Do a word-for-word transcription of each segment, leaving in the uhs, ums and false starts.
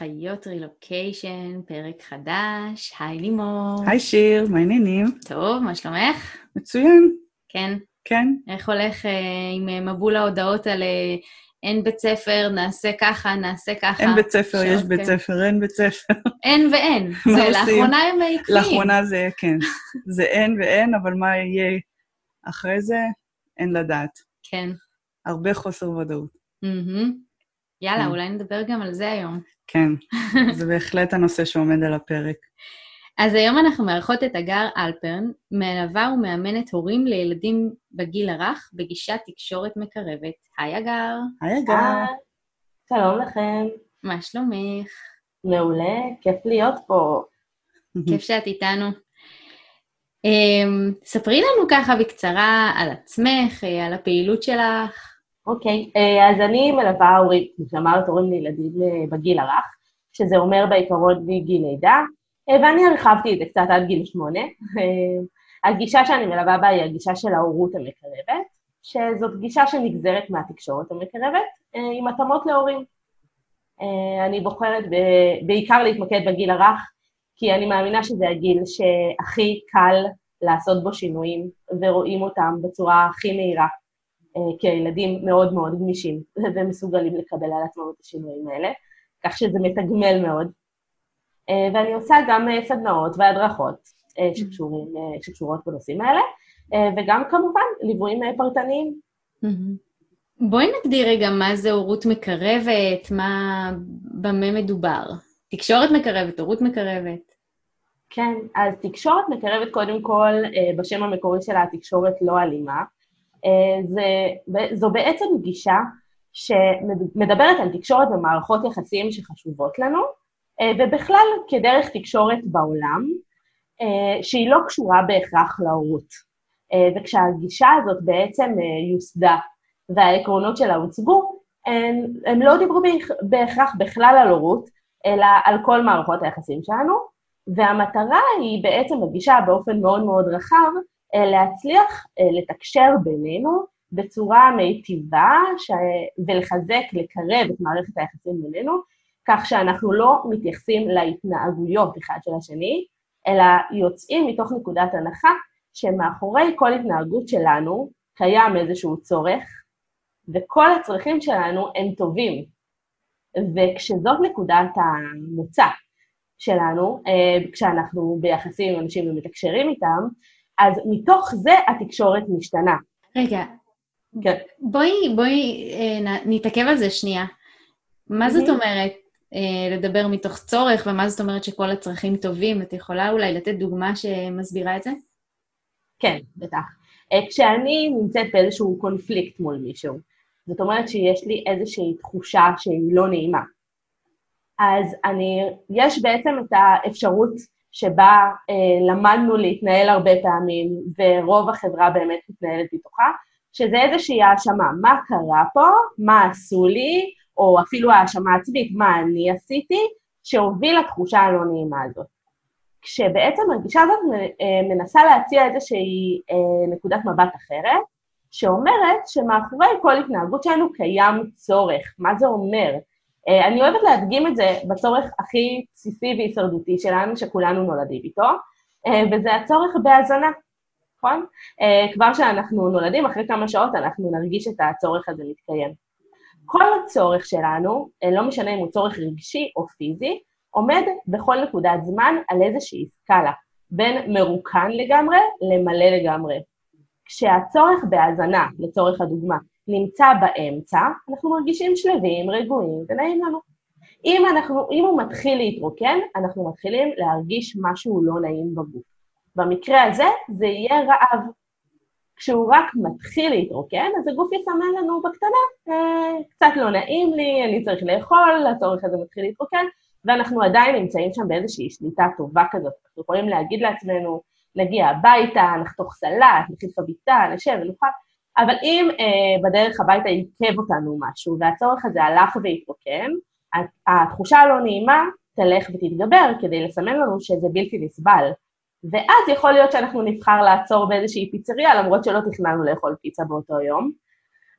חיות רילוקיישן, פרק חדש. היי לימור. היי שיר, מה העניינים? טוב, מה שלומך? מצוין. כן. כן. איך הולך אה, עם מבול ההודעות על אה, אין בית ספר, נעשה ככה, נעשה ככה. אין בית ספר, שעות, יש בית כן. ספר, אין בית ספר. אין ואין. מה זה עושים? לאחרונה הם עקביים. לאחרונה זה, כן. זה אין ואין, אבל מה יהיה אחרי זה, אין לדעת. כן. הרבה חוסר ודאות. Mm-hmm. יאללה, כן. אולי נדבר גם על זה היום. כן, זה בהחלט הנושא שעומד על הפרק. אז היום אנחנו מארחות את אגר אלפרן, מלווה ומאמנת הורים לילדים בגיל הרך, בגישת תקשורת מקרבת. היי אגר. היי אגר. היי, שלום לכם. מה שלומך? מעולה, כיף להיות פה. כיף שאת איתנו. Um, ספרי לנו ככה בקצרה על עצמך, על הפעילות שלך. אוקיי, אז אני מלווה הורים, כלומר הורים לילדים בגיל הרך, שזה אומר בעיקרון מגיל לידה, ואני הרחבתי את זה קצת עד גיל שמונה. הגישה שאני מלווה בה היא הגישה של ההורות המקרבת, שזאת גישה שנגזרת מהתקשורת המקרבת, עם התאמות להורים. אני בוחרת בעיקר להתמקד בגיל הרך, כי אני מאמינה שזה הגיל שהכי קל לעשות בו שינויים, ורואים אותם בצורה הכי מהירה, כי הילדים מאוד מאוד גמישים, ומסוגלים לקבל על עצמם את השינויים האלה, כך שזה מתגמל מאוד. ואני עושה גם סדנאות והדרכות שקשורים, שקשורות בנושאים האלה, וגם כמובן ליוויים פרטניים. בואי נגדיר רגע מה זה הורות מקרבת, מה, במה מדובר. תקשורת מקרבת, הורות מקרבת. כן, אז תקשורת מקרבת קודם כל, בשם המקורי שלה התקשורת לא אלימה, זה, זו בעצם גישה שמדברת על תקשורת במערכות יחסים שחשובות לנו, ובכלל כדרך תקשורת בעולם, שהיא לא קשורה בהכרח להורות. וכשהגישה הזאת בעצם יוסדה, והעקרונות שלה הוצגו, הם, הם לא דיברו בהכרח בכלל על הורות, אלא על כל מערכות היחסים שלנו, והמטרה היא בעצם בגישה באופן מאוד מאוד רחב, להצליח לתקשר בינינו בצורה מיטיבה ש... ולחזק, לקרב את מערכת היחסים בינינו, כך שאנחנו לא מתייחסים להתנהגויות אחד של השני, אלא יוצאים מתוך נקודת הנחה שמאחורי כל התנהגות שלנו קיים איזשהו צורך, וכל הצרכים שלנו הם טובים. וכשזאת נקודת המוצא שלנו, כשאנחנו ביחסים עם אנשים ומתקשרים איתם, אז מתוך זה התקשורת משתנה. רגע, כן. בואי, בואי נתעכב על זה שנייה. מה זאת אומרת לדבר מתוך צורך, ומה זאת אומרת שכל הצרכים טובים? את יכולה אולי לתת דוגמה שמסבירה את זה? כן, בטח. כשאני נמצאת באיזשהו קונפליקט מול מישהו, זאת אומרת שיש לי איזושהי תחושה שהיא לא נעימה. אז אני, יש בעצם את האפשרות שבה אה, למדנו להתנהל הרבה פעמים, ורוב החברה באמת מתנהלת בתוכה, שזה איזושהי האשמה, מה קרה פה, מה עשו לי, או אפילו האשמה עצמית, מה אני עשיתי, שהוביל לתחושה הלא נעימה הזאת. כשבעצם הגישה הזאת מנסה להציע איזושהי נקודת מבט אחרת, שאומרת שמאחורי כל התנהגות שלנו קיים צורך. מה זה אומר? אני אוהבת להדגים את זה בצורך הכי בסיסי והישרדותי שלנו, שכולנו נולדים איתו, וזה הצורך בהזנה, נכון? כבר שאנחנו נולדים, אחרי כמה שעות אנחנו נרגיש את הצורך הזה מתקיים. כל הצורך שלנו, לא משנה אם הוא צורך רגשי או פיזי, עומד בכל נקודת זמן על איזושהי סקאלה, בין מרוקן לגמרי למלא לגמרי. כשהצורך בהזנה, לצורך הדוגמה, נמצא באמצע, אנחנו מרגישים שלווים, רגועים ונעים לנו. אם, אנחנו, אם הוא מתחיל להתרוקן, אנחנו מתחילים להרגיש משהו לא נעים בגוף. במקרה הזה זה יהיה רעב. כשהוא רק מתחיל להתרוקן, אז הגוף יסמן לנו בקטנה, אה, קצת לא נעים לי, אני צריך לאכול, הצורך הזה מתחיל להתרוקן, ואנחנו עדיין נמצאים שם באיזושהי שליטה טובה כזאת. אנחנו יכולים להגיד לעצמנו, נגיע הביתה, נחתוך סלט, נכין חביתה, נשב ונוכל, אבל אם אה, בדרך הביתה יקב אותנו משהו, והצורך הזה הלך והתרוקן, התחושה הלא נעימה תלך ותתגבר, כדי לסמן לנו שזה בלתי נסבל. ואז יכול להיות שאנחנו נבחר לעצור באיזושהי פיצריה, למרות שלא תכננו לאכול פיצה באותו יום,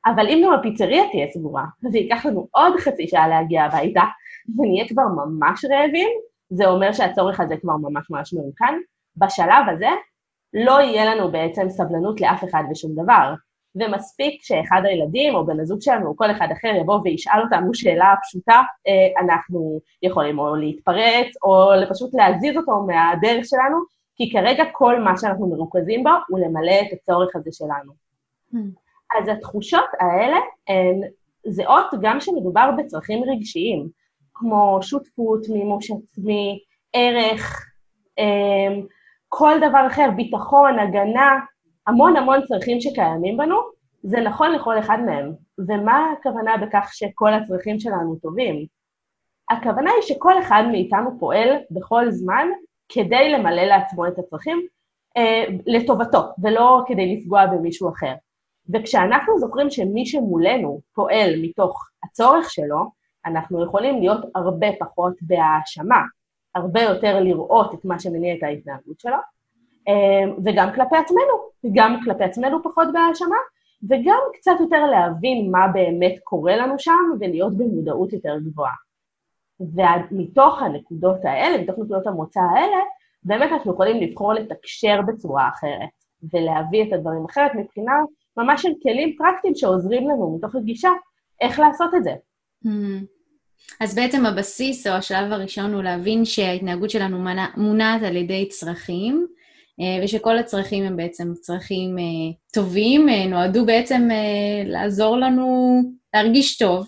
אבל אם גם הפיצריה תהיה סגורה, זה ייקח לנו עוד חצי שעה להגיע הביתה, ונהיה כבר ממש רעבים, זה אומר שהצורך הזה כבר ממש ממש מרוקן. בשלב הזה לא יהיה לנו בעצם סבלנות לאף אחד ושום דבר, ומספיק שאחד הילדים או בן הזוג שלנו או כל אחד אחר יבוא וישאל אותנו שאלה פשוטה, אנחנו יכולים או להתפרץ או פשוט להזיז אותו מהדרך שלנו, כי כרגע כל מה שאנחנו מרוכזים בו הוא למלא את הצורך הזה שלנו. אז התחושות האלה הן זהות גם שמדובר בצרכים רגשיים, כמו שותפות, מימוש עצמי, ערך, כל דבר אחר, ביטחון, הגנה, המון המון צרכים שקיימים בנו, זה נכון לכל אחד מהם. ומה הכוונה בכך שכל הצרכים שלנו טובים? הכוונה היא שכל אחד מאיתנו פועל בכל זמן כדי למלא לעצמו את הצרכים אה, לטובתו, ולא כדי לפגוע במישהו אחר. וכשאנחנו זוכרים שמי שמולנו פועל מתוך הצורך שלו, אנחנו יכולים להיות הרבה פחות בהאשמה, הרבה יותר לראות את מה שמניע את ההתנהגות שלו, וגם כלפי עצמנו, גם כלפי עצמנו פחות בהאשמה, וגם קצת יותר להבין מה באמת קורה לנו שם, ולהיות במודעות יותר גבוהה. ומתוך הנקודות האלה, מתוך נקודות המוצא האלה, באמת אנחנו יכולים לבחור לתקשר בצורה אחרת, ולהביא את הדברים אחרת מבחינה ממש של כלים פרקטיים שעוזרים לנו מתוך הגישה, איך לעשות את זה. אז בעצם הבסיס או השלב הראשון הוא להבין שההתנהגות שלנו מונעת על ידי צרכים, ושכל הצרכים הם בעצם צרכים טובים, נועדו בעצם לעזור לנו להרגיש טוב.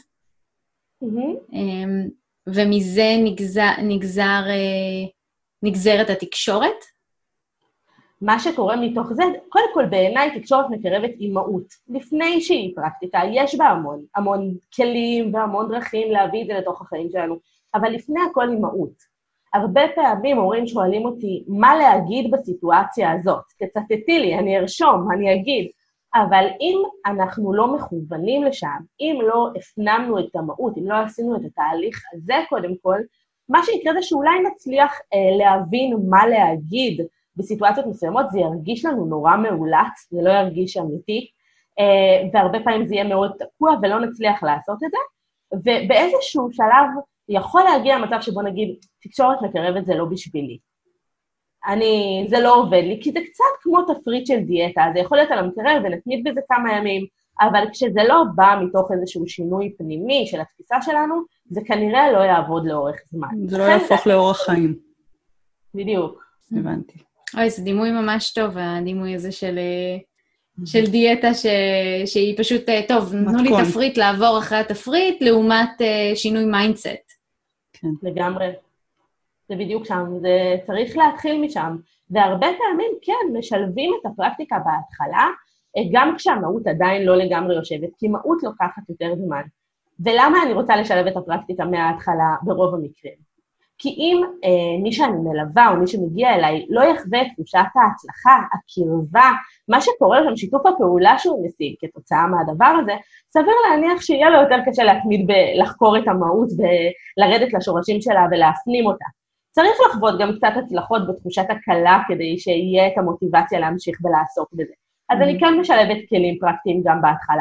ומזה נגזר, נגזר, נגזרת התקשורת? מה שקורה מתוך זה, קודם כל בעיניי תקשורת מקרבת אימהות, לפני שהיא פרקטיקה, יש בה המון, המון כלים והמון דרכים להביא את זה לתוך החיים שלנו, אבל לפני הכל אימהות. הרבה פעמים הורים שואלים אותי, מה להגיד בסיטואציה הזאת? תצטטי לי, אני ארשום, אני אגיד, אבל אם אנחנו לא מכוונים לשם, אם לא הפנמנו את המהות, אם לא עשינו את התהליך הזה קודם כל, מה שיקרה זה שאולי נצליח אה, להבין מה להגיד, בסיטואציות מסוימות זה ירגיש לנו נורא מאולץ, זה לא ירגיש אמיתי, והרבה פעמים זה יהיה מאוד תקוע ולא נצליח לעשות את זה, ובאיזשהו שלב יכול להגיע מצב שבו נגיד, תקשורת מקרבת זה לא בשבילי. אני, זה לא עובד לי, כי זה קצת כמו תפריט של דיאטה, זה יכול להיות על המקרב ונתמיד בזה כמה ימים, אבל כשזה לא בא מתוך איזשהו שינוי פנימי של התפיסה שלנו, זה כנראה לא יעבוד לאורך זמן. זה לא יהפוך לאורח חיים. בדיוק. הבנתי. אוי, זה דימוי ממש טוב, הדימוי הזה של, של דיאטה ש, שהיא פשוט, טוב, נתנו לי תפריט לעבור אחרי התפריט, לעומת שינוי מיינדסט. כן. לגמרי. זה בדיוק שם, זה צריך להתחיל משם. והרבה פעמים, כן, משלבים את הפרקטיקה בהתחלה, גם כשהמהות עדיין לא לגמרי יושבת, כי מהות לוקחת יותר זמן. ולמה אני רוצה לשלב את הפרקטיקה מההתחלה ברוב המקרים? כי אם אה, מי שאני מלווה או מי שמגיע אליי לא יחווה את תחושת ההצלחה, הקרבה, מה שקורה שם, שיתוף הפעולה שהוא משיג כתוצאה מהדבר הזה, סביר להניח שיהיה לו יותר קשה להתמיד בלחקור את המהות ולרדת לשורשים שלה ולהפנים אותה. צריך לחוות גם קצת הצלחות בתחושת הקלה כדי שיהיה את המוטיבציה להמשיך ולעסוק בזה. אז mm-hmm. אני כן משלבת כלים פרקטיים גם בהתחלה.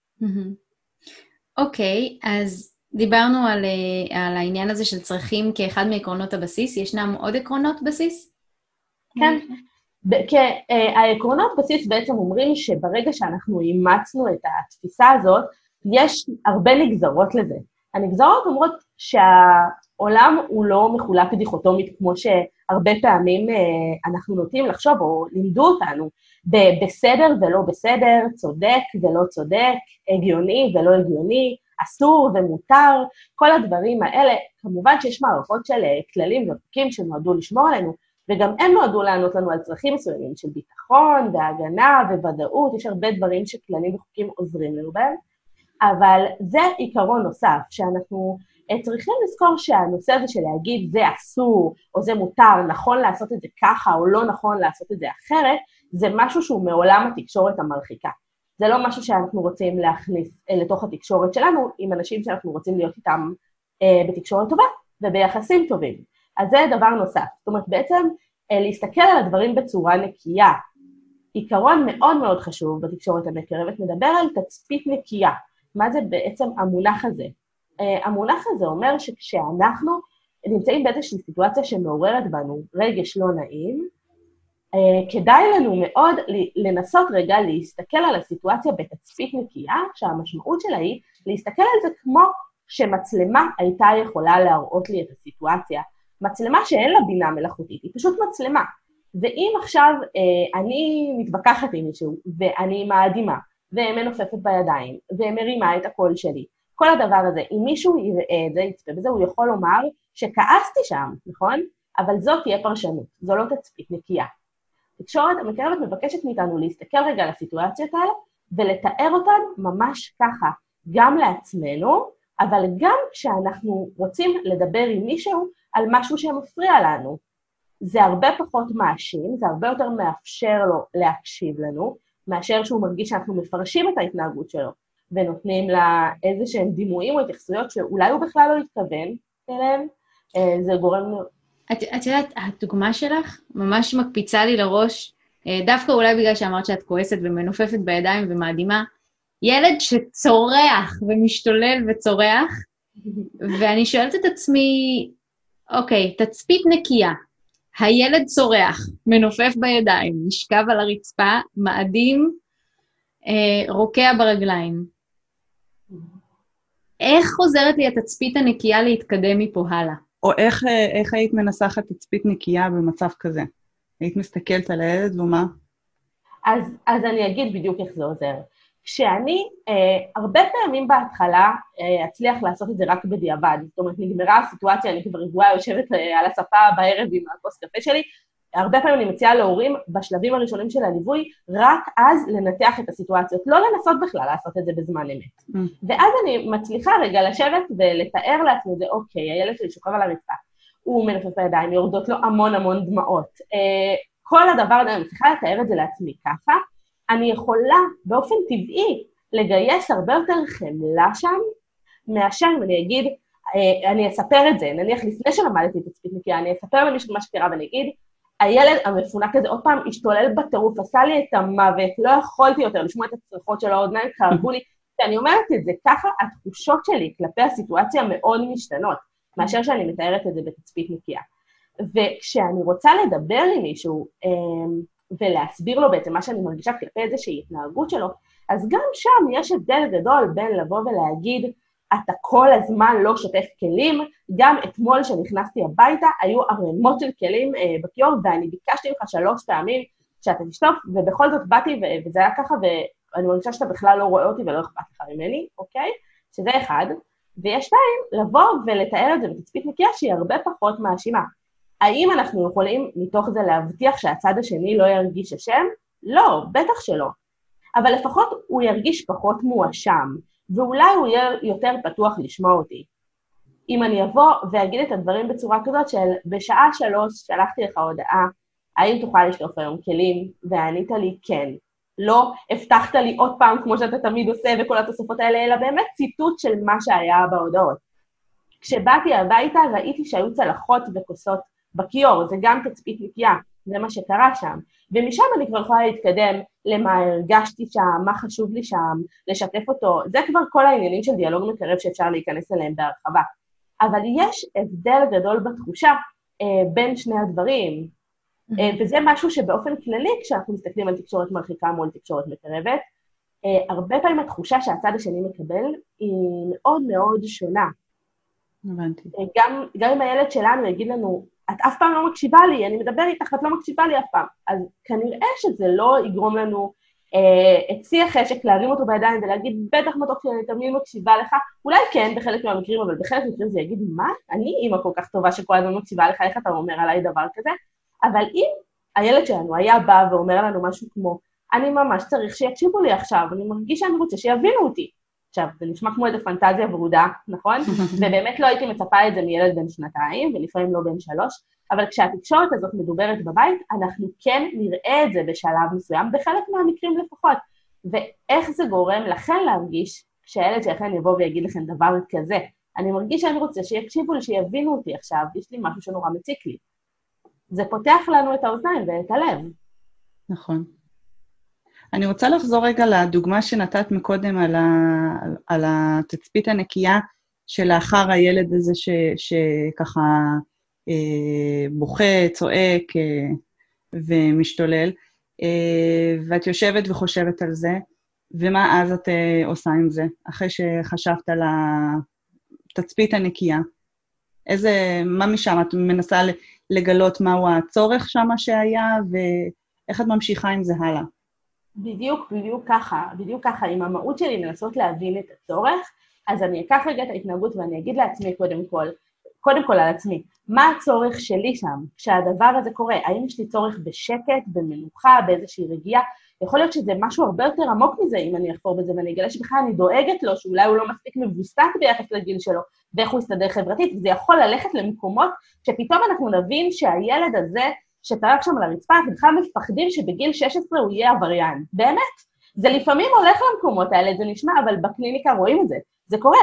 אוקיי, mm-hmm. okay, אז... דיברנו על, על העניין הזה של צרכים כאחד מעקרונות הבסיס. ישנם עוד עקרונות בסיס? כן. כי העקרונות בסיס בעצם אומרים שברגע שאנחנו אימצנו את התפיסה הזאת, יש הרבה נגזרות לזה. הנגזרות אומרות שהעולם הוא לא מחולק דיכוטומית, כמו שהרבה פעמים אנחנו נוטים לחשוב, או לימדו אותנו, בסדר ולא בסדר, צודק ולא צודק, הגיוני ולא הגיוני, אסור ומותר, כל הדברים האלה, כמובן שיש מערכות של כללים וחוקים שנועדו לשמור עלינו, וגם הם נועדו לענות לנו על צרכים מסוימים של ביטחון והגנה וודאות, יש הרבה דברים שכללים וחוקים עוזרים לנו בהם, אבל זה עיקרון נוסף, שאנחנו צריכים לזכור שהנושא הזה של להגיד זה אסור, או זה מותר, נכון לעשות את זה ככה, או לא נכון לעשות את זה אחרת, זה משהו שהוא מעולם התקשורת המרחיקה. זה לא משהו שאנחנו רוצים להכניס לתוך התקשורת שלנו, עם אנשים שאנחנו רוצים להיות איתם אה, בתקשורת טובה, וביחסים טובים. אז זה דבר נוסף. זאת אומרת, בעצם אה, להסתכל על הדברים בצורה נקייה, עיקרון מאוד מאוד חשוב בתקשורת המקרבת, מדבר על תצפית נקייה. מה זה בעצם המונח הזה? Uh, המונח הזה אומר שכשאנחנו נמצאים באיזושהי סיטואציה שמעוררת בנו רגש לא נעים, uh, כדאי לנו מאוד לנסות רגע להסתכל על הסיטואציה בתצפית נקייה, שהמשמעות שלה היא להסתכל על זה כמו שמצלמה הייתה יכולה להראות לי את הסיטואציה. מצלמה שאין לה בינה מלאכותית, היא פשוט מצלמה. ואם עכשיו uh, אני מתווכחת עם מישהו, ואני מאדימה, ומנופפת בידיים, ומרימה את הקול שלי, כל הדבר הזה, אם מישהו יראה את זה, יצפה בזה, הוא יכול לומר שכעסתי שם, נכון? אבל זאת תהיה פרשנות, זו לא תצפית נקייה. תקשורת המקרבת מבקשת מאיתנו להסתכל רגע על הסיטואציות האלה, ולתאר אותן ממש ככה, גם לעצמנו, אבל גם כשאנחנו רוצים לדבר עם מישהו על משהו שמפריע לנו. זה הרבה פחות מאשים, זה הרבה יותר מאפשר לו להקשיב לנו, מאשר שהוא מרגיש שאנחנו מפרשים את ההתנהגות שלו, ונותנים לה איזה שהם דימויים או התייחסויות שאולי הוא בכלל לא התכוון אליהם, זה גורם... את, את יודעת, הדוגמה שלך ממש מקפיצה לי לראש, דווקא אולי בגלל שאמרת שאת כועסת ומנופפת בידיים ומאדימה, ילד שצורח ומשתולל וצורח, ואני שואלת את עצמי, אוקיי, תצפית נקייה, הילד צורח, מנופף בידיים, נשכב על הרצפה, מאדים, אה, רוקע ברגליים. איך חוזרת לי התצפית הנקייה להתקדם מפה הלאה? או איך, איך היית מנסחת תצפית נקייה במצב כזה? היית מסתכלת על הילד ומה? אז, אז אני אגיד בדיוק איך זה עוזר. כשאני, אה, הרבה פעמים בהתחלה, אה, אצליח לעשות את זה רק בדיעבד. זאת אומרת, נגמרה הסיטואציה, אני כבר רגועה יושבת אה, על הספה בערב עם הכוס קפה שלי, הרבה פעמים אני מציעה להורים בשלבים הראשונים של הליווי, רק אז לנתח את הסיטואציות, לא לנסות בכלל לעשות את זה בזמן אמת. Mm. ואז אני מצליחה רגע לשבת ולתאר לעצמי את זה, אוקיי, הילד שלי שוכב על הרצפה, הוא מנופף בידיים, יורדות לו המון המון דמעות. אה, כל הדבר הזה, אני צריכה לתאר את זה לעצמי ככה, אני יכולה באופן טבעי לגייס הרבה יותר חמלה שם, מאשר אם אני אגיד, אה, אני אספר את זה, נניח לפני שלמדתי את תצפית נקייה, אני אספר למישהו מה שקרה ואני אגיד, הילד המפונק הזה עוד פעם השתולל בטירוף, עשה לי את המוות, לא יכולתי יותר לשמוע את הצרחות של האוזניים, כאבו לי, כשאני אומרת את זה ככה, התחושות שלי כלפי הסיטואציה מאוד משתנות, מאשר שאני מתארת את זה בתצפית נקייה. וכשאני רוצה לדבר עם מישהו, ולהסביר לו בעצם מה שאני מרגישה כלפי איזושהי התנהגות שלו, אז גם שם יש הבדל גדול בין לבוא ולהגיד, אתה כל הזמן לא שוטף כלים, גם אתמול שנכנסתי הביתה, היו ערימות של כלים אה, בכיור, ואני ביקשתי לך שלוש פעמים שאתה תשטוף, ובכל זאת באתי, ו- וזה היה ככה, ואני מרגישה שאתה בכלל לא רואה אותי ולא אכפת לך ממני, אוקיי? שזה אחד. ויש שתיים, לבוא ולתאר את זה בתצפית נקייה שהיא הרבה פחות מאשימה. האם אנחנו יכולים מתוך זה להבטיח שהצד השני לא ירגיש אשם? לא, בטח שלא. אבל לפחות הוא ירגיש פחות מואשם, ואולי הוא יהיה יותר פתוח לשמוע אותי. אם אני אבוא ואגיד את הדברים בצורה כזאת של בשעה שלוש שלחתי לך הודעה, האם תוכל לשטוף היום כלים? וענית לי כן. לא הבטחת לי עוד פעם כמו שאתה תמיד עושה וכל התוספות האלה, אלא באמת ציטוט של מה שהיה בהודעות. כשבאתי הביתה ראיתי שהיו צלחות וכוסות בכיור, זה גם תצפית נקייה, זה מה שקרה שם. ומשם אני כבר יכולה להתקדם למה הרגשתי שם, מה חשוב לי שם, לשתף אותו, זה כבר כל העניינים של דיאלוג מקרב שאפשר להיכנס אליהם בהרחבה. אבל יש הבדל גדול בתחושה אה, בין שני הדברים, אה, וזה משהו שבאופן כללי, כשאנחנו מסתכלים על תקשורת מרחיקה מול תקשורת מקרבת, אה, הרבה פעמים התחושה שהצד השני מקבל היא מאוד מאוד שונה. הבנתי. אה, גם, גם אם הילד שלנו יגיד לנו, את אף פעם לא מקשיבה לי, אני מדבר איתך, את לא מקשיבה לי אף פעם. אז כנראה שזה לא יגרום לנו אה, את שיא החשק להרים אותו בידיים ולהגיד, בטח מתוק שאני תמיד מקשיבה לך, אולי כן בחלק מהמקרים, אבל בחלק מהמקרים זה יגיד, מה? אני אימא כל כך טובה שכל הזמן מקשיבה לך, איך אתה אומר עליי דבר כזה? אבל אם הילד שלנו היה בא ואומר לנו משהו כמו, אני ממש צריך שיקשיבו לי עכשיו, אני מרגיש שאני רוצה שיבינו אותי. עכשיו, זה נשמע כמו איזה פנטזיה ורודה, נכון? ובאמת לא הייתי מצפה את זה מילד בן שנתיים, ולפעמים לא בן שלוש, אבל כשהתקשורת הזאת מדוברת בבית, אנחנו כן נראה את זה בשלב מסוים, בחלק מהמקרים לפחות. ואיך זה גורם לכן להרגיש, כשהילד שלכן יבוא ויגיד לכם דבר כזה, אני מרגיש שאני רוצה שיקשיבו לי, שיבינו אותי עכשיו, יש לי משהו שנורא מציק לי. זה פותח לנו את האוזניים ואת הלב. נכון. אני רוצה לחזור רגע לדוגמה שנתת מקודם על, ה, על התצפית הנקייה שלאחר הילד הזה ש, שככה אה, בוכה, צועק אה, ומשתולל, אה, ואת יושבת וחושבת על זה, ומה אז את אה, עושה עם זה, אחרי שחשבת על התצפית הנקייה? איזה, מה משם? את מנסה לגלות מהו הצורך שם שהיה, ואיך את ממשיכה עם זה הלאה? בדיוק, בדיוק ככה, בדיוק ככה, עם המהות שלי לנסות להבין את הצורך, אז אני אקח רגע את ההתנהגות ואני אגיד לעצמי קודם כל, קודם כל על עצמי, מה הצורך שלי שם, כשהדבר הזה קורה? האם יש לי צורך בשקט, במנוחה, באיזושהי רגיעה? יכול להיות שזה משהו הרבה יותר עמוק מזה, אם אני אחפור בזה, ואני אגלה שבכלל אני דואגת לו, שאולי הוא לא מספיק מבוסת ביחס לגיל שלו, ואיך הוא יסתדר חברתית, וזה יכול ללכת למקומות שפתאום אנחנו נבין שהילד הזה, שטרח שם על הרצפה, בכלל מפחדים שבגיל שש עשרה הוא יהיה עבריין. באמת, זה לפעמים הולך למקומות האלה, זה נשמע, אבל בקליניקה רואים את זה, זה קורה.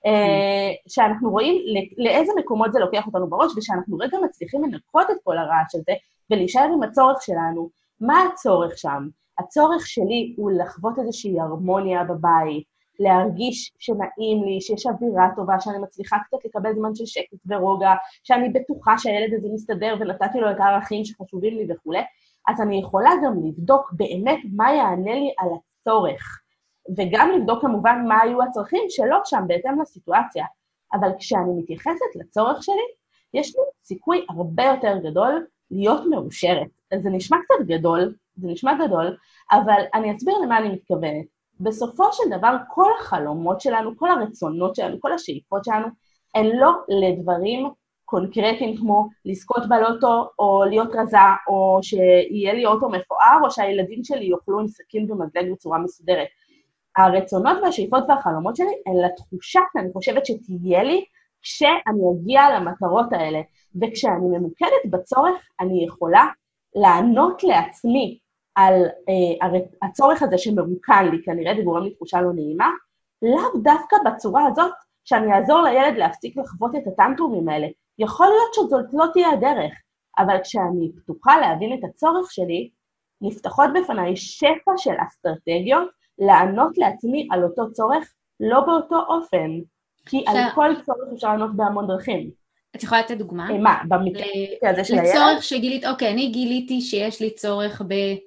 שאנחנו רואים לאיזה מקומות זה לוקח אותנו בראש, ושאנחנו רגע מצליחים לנקות את כל הרעש הזה, ולהישאר עם הצורך שלנו. מה הצורך שם? הצורך שלי הוא לחוות איזושהי הרמוניה בבית, להרגיש שנעים לי, שיש אווירה טובה, שאני מצליחה קצת לקבל זמן של שקט ורוגע, שאני בטוחה שהילד הזה מסתדר ונתתי לו את הערכים שחשובים לי וכו'. אז אני יכולה גם לבדוק באמת מה יענה לי על הצורך, וגם לבדוק כמובן מה היו הצרכים שלו שם בהתאם לסיטואציה. אבל כשאני מתייחסת לצורך שלי, יש לי סיכוי הרבה יותר גדול להיות מאושרת. אז זה נשמע קצת גדול, זה נשמע גדול, אבל אני אסביר למה אני מתכוונת. בסופו של דבר, כל החלומות שלנו, כל הרצונות שלנו, כל השאיפות שלנו, הן לא לדברים קונקרטיים כמו לזכות בלוטו, או להיות רזה, או שיהיה לי אוטו מפואר, או שהילדים שלי יאכלו עם סכין ומזלג בצורה מסודרת. הרצונות והשאיפות והחלומות שלי הן לתחושה שאני חושבת שתהיה לי כשאני אגיע למטרות האלה, וכשאני ממוקדת בצורך, אני יכולה לענות לעצמי על אה, הצורך הזה שמרוקן לי, כנראה זה גורם לי תחושה לא נעימה, לאו דווקא בצורה הזאת שאני אעזור לילד להפסיק לחוות את הטנטרומים האלה. יכול להיות שזאת לא תהיה הדרך, אבל כשאני פתוחה להבין את הצורך שלי, נפתחות בפניי שפע של אסטרטגיות, לענות לעצמי על אותו צורך, לא באותו אופן, כי על כל צורך אפשר לענות בהמון דרכים. את יכולה לתת דוגמה? מה, במקרה הזה של הילד? לצורך שגילית, אוקיי, אני גיליתי שיש לי צורך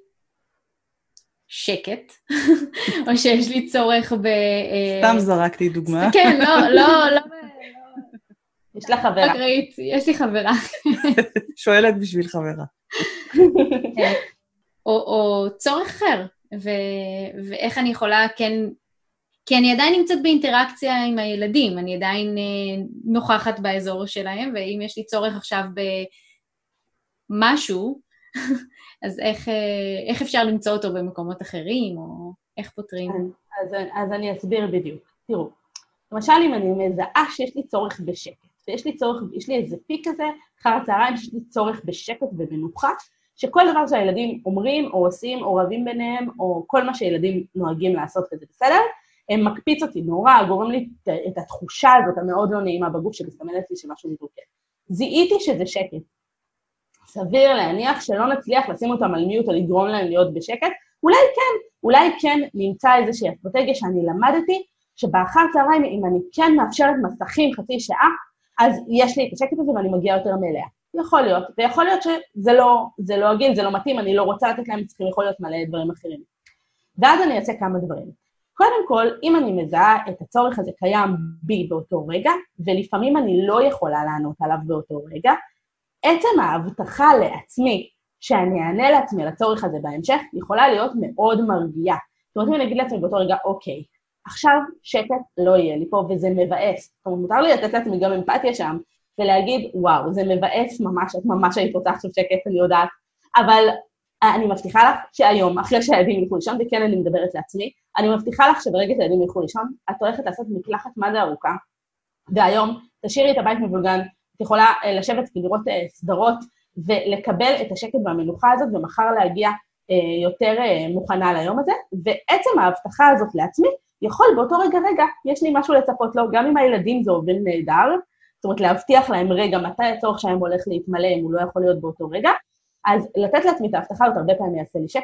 בשקט, או שיש לי צורך ב... סתם זרקתי דוגמה. כן, לא, לא, לא... יש לה חברה. ראית, יש לי חברה. שואלת בשביל חברה. או צורך אחר. ו- ואיך אני יכולה, כן, כי אני עדיין נמצאת באינטראקציה עם הילדים, אני עדיין אה, נוכחת באזור שלהם, ואם יש לי צורך עכשיו במשהו, אז איך, אה, איך אפשר למצוא אותו במקומות אחרים, או איך פותרים? אז, אז, אז אני אסביר בדיוק. תראו, למשל אם אני מזהה שיש לי צורך בשקט, ויש לי צורך, יש לי איזה פיק כזה, אחר הצהריים שיש לי צורך בשקט ובמנוחה, שכל דבר שהילדים אומרים או עושים או רבים ביניהם, או כל מה שילדים נוהגים לעשות וזה בסדר, הם מקפיץ אותי נורא, גורם לי את התחושה הזאת המאוד לא נעימה בגוף שמסתמנת לי שמשהו מתרוקן. זיהיתי שזה שקט. סביר להניח שלא נצליח לשים אותם על מיוט או לגרום להם להיות בשקט, אולי כן, אולי כן נמצא איזושהי אסטרטגיה שאני למדתי, שבאחר צהריים אם אני כן מאפשרת מסכים חצי שעה, אז יש לי את השקט הזה ואני מגיעה יותר מלאה. יכול להיות, ויכול להיות שזה לא, זה לא הגיל, זה לא מתאים, אני לא רוצה לתת להם, צריכים יכול להיות מלא דברים אחרים. ואז אני אעשה כמה דברים. קודם כל, אם אני מזהה את הצורך הזה קיים בי באותו רגע, ולפעמים אני לא יכולה לענות עליו באותו רגע, עצם ההבטחה לעצמי, שאני אענה לעצמי לצורך הזה בהמשך, יכולה להיות מאוד מרגיעה. זאת אומרת, אם אני אגיד לעצמי באותו רגע, אוקיי, עכשיו שקט לא יהיה לי פה, וזה מבאס. זאת אומרת, מותר לי לתת לעצמי גם אמפתיה שם, ולהגיד, וואו, זה מבאס ממש, את ממש היית רוצה עכשיו שקט, אני יודעת, אבל אני מבטיחה לך שהיום, אחרי שהילדים ילכו לישון, וכן אני מדברת לעצמי, אני מבטיחה לך שברגע שהילדים ילכו לישון, את הולכת לעשות מקלחת מה זה ארוכה, והיום תשאירי את הבית מבולגן, את יכולה לשבת ולראות סדרות, ולקבל את השקט והמנוחה הזאת, ומחר להגיע יותר מוכנה ליום הזה, ועצם ההבטחה הזאת לעצמי, יכול באותו רגע רגע, יש לי משהו לצפות לו, גם אם הילדים זה עובד נהדר, זאת אומרת, להבטיח להם רגע מתי הצורך שהם הולך להתמלא, אם הוא לא יכול להיות באותו רגע, אז לתת לעצמי את ההבטחה הזאת הרבה פעמים יעשה לי שקט,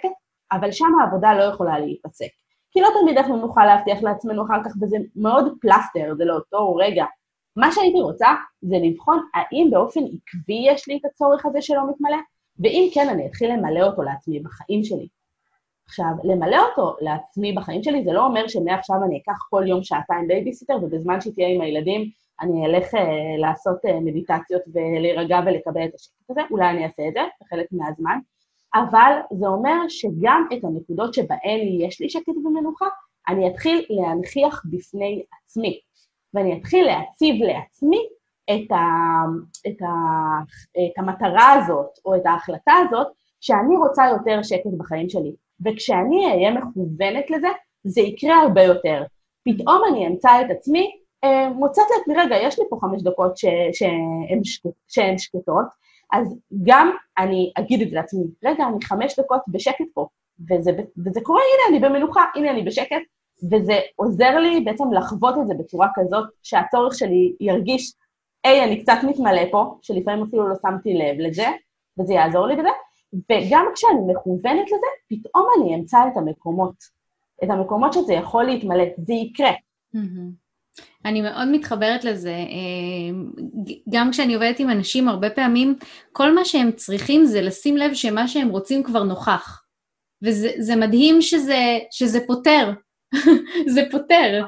אבל שם העבודה לא יכולה להיפסק. כי לא תמיד אנחנו נוכל להבטיח לעצמנו אחר כך, וזה מאוד פלסטר, זה לא אותו רגע. מה שהייתי רוצה זה לבחון האם באופן עקבי יש לי את הצורך הזה שלא מתמלא, ואם כן, אני אתחיל למלא אותו לעצמי בחיים שלי. עכשיו, למלא אותו לעצמי בחיים שלי, זה לא אומר שמעכשיו אני אקח כל יום שעתיים בייביסיטר, ובזמן שתהיה עם הילדים, אני אלך uh, לעשות uh, מדיטציות ולהירגע ולקבל את השקט הזה, אולי אני אעשה את זה בחלק מהזמן, אבל זה אומר שגם את הנקודות שבהן יש לי שקט ומנוחה, אני אתחיל להנכיח בפני עצמי, ואני אתחיל להציב לעצמי את, ה, את, ה, את המטרה הזאת, או את ההחלטה הזאת, שאני רוצה יותר שקט בחיים שלי. וכשאני אהיה מכוונת לזה, זה יקרה הרבה יותר. פתאום אני אמצא את עצמי, מוצאת לעצמי, רגע, יש לי פה חמש דקות ש, שהן, שקט, שהן שקטות, אז גם אני אגיד את זה לעצמי, רגע, אני חמש דקות בשקט פה, וזה, וזה קורה, הנה, אני במנוחה, הנה, אני בשקט, וזה עוזר לי בעצם לחוות את זה בצורה כזאת, שהצורך שלי ירגיש, היי, אני קצת מתמלא פה, שלפעמים אפילו לא שמתי לב לזה, וזה יעזור לי בזה, וגם כשאני מכוונת לזה, פתאום אני אמצא את המקומות, את המקומות שזה יכול להתמלא, זה יקרה. אני מאוד מתחברת לזה, גם כשאני עובדת עם אנשים, הרבה פעמים, כל מה שהם צריכים זה לשים לב שמה שהם רוצים כבר נוכח, וזה מדהים שזה, שזה פותר, זה פותר.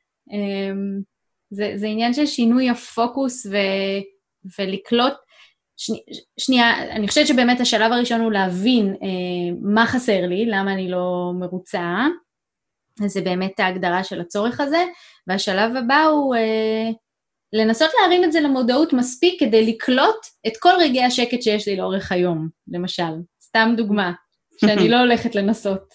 זה, זה עניין של שינוי הפוקוס ו, ולקלוט, שני, שנייה, אני חושבת שבאמת השלב הראשון הוא להבין אה, מה חסר לי, למה אני לא מרוצה, זה באמת ההגדרה של הצורך הזה, והשלב הבא הוא אה, לנסות להרים את זה למודעות מספיק כדי לקלוט את כל רגעי השקט שיש לי לאורך היום, למשל, סתם דוגמה, שאני לא הולכת לנסות.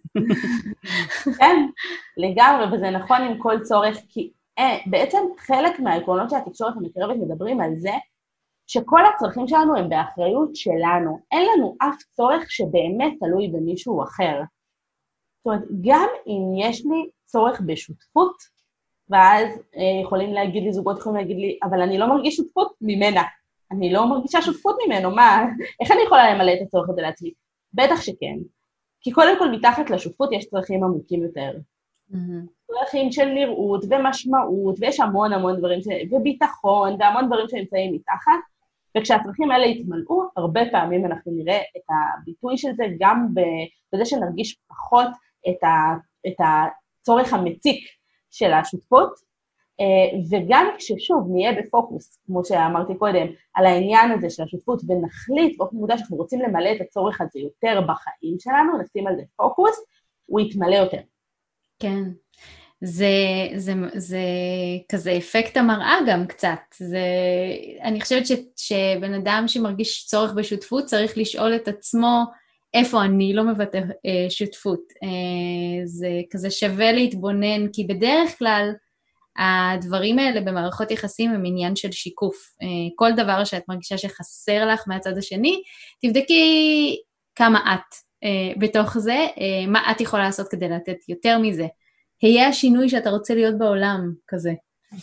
כן, לגמרי, וזה נכון עם כל צורך, כי אה, בעצם חלק מהעקרונות של התקשורת המקרבת מדברים על זה, שכל הצרכים שלנו הם באחריות שלנו. אין לנו אף צורך שבאמת תלוי במישהו אחר. זאת אומרת, גם אם יש לי צורך בשותפות, ואז אה, יכולים להגיד לי, זוגות יכולים להגיד לי, אבל אני לא מרגיש שותפות ממנה. אני לא מרגישה שותפות ממנו, מה? איך אני יכולה למלא את הצורך הזה לעצמי? בטח שכן. כי קודם כל מתחת לשותפות יש צרכים עמוקים יותר. Mm-hmm. צרכים של נראות ומשמעות, ויש המון המון דברים, ש... וביטחון, והמון דברים שנמצאים מתחת, וכשהצרכים האלה יתמלאו, הרבה פעמים אנחנו נראה את הביטוי של זה, גם בזה שנרגיש פחות את, ה... את הצורך המציק של השותפות, וגם כששוב נהיה בפוקוס, כמו שאמרתי קודם, על העניין הזה של השותפות, ונחליט באופן מודע שאנחנו רוצים למלא את הצורך הזה יותר בחיים שלנו, נשים על זה פוקוס, הוא יתמלא יותר. כן, זה, זה, זה כזה אפקט המראה גם קצת. זה, אני חושבת ש, שבן אדם שמרגיש צורך בשותפות צריך לשאול את עצמו איפה אני לא מבטא שותפות. זה כזה שווה להתבונן, כי בדרך כלל הדברים האלה במערכות יחסים הם עניין של שיקוף. כל דבר שאת מרגישה שחסר לך מהצד השני, תבדקי כמה את בתוך זה, מה את יכולה לעשות כדי לתת יותר מזה. היה השינוי שאתה רוצה להיות בעולם כזה.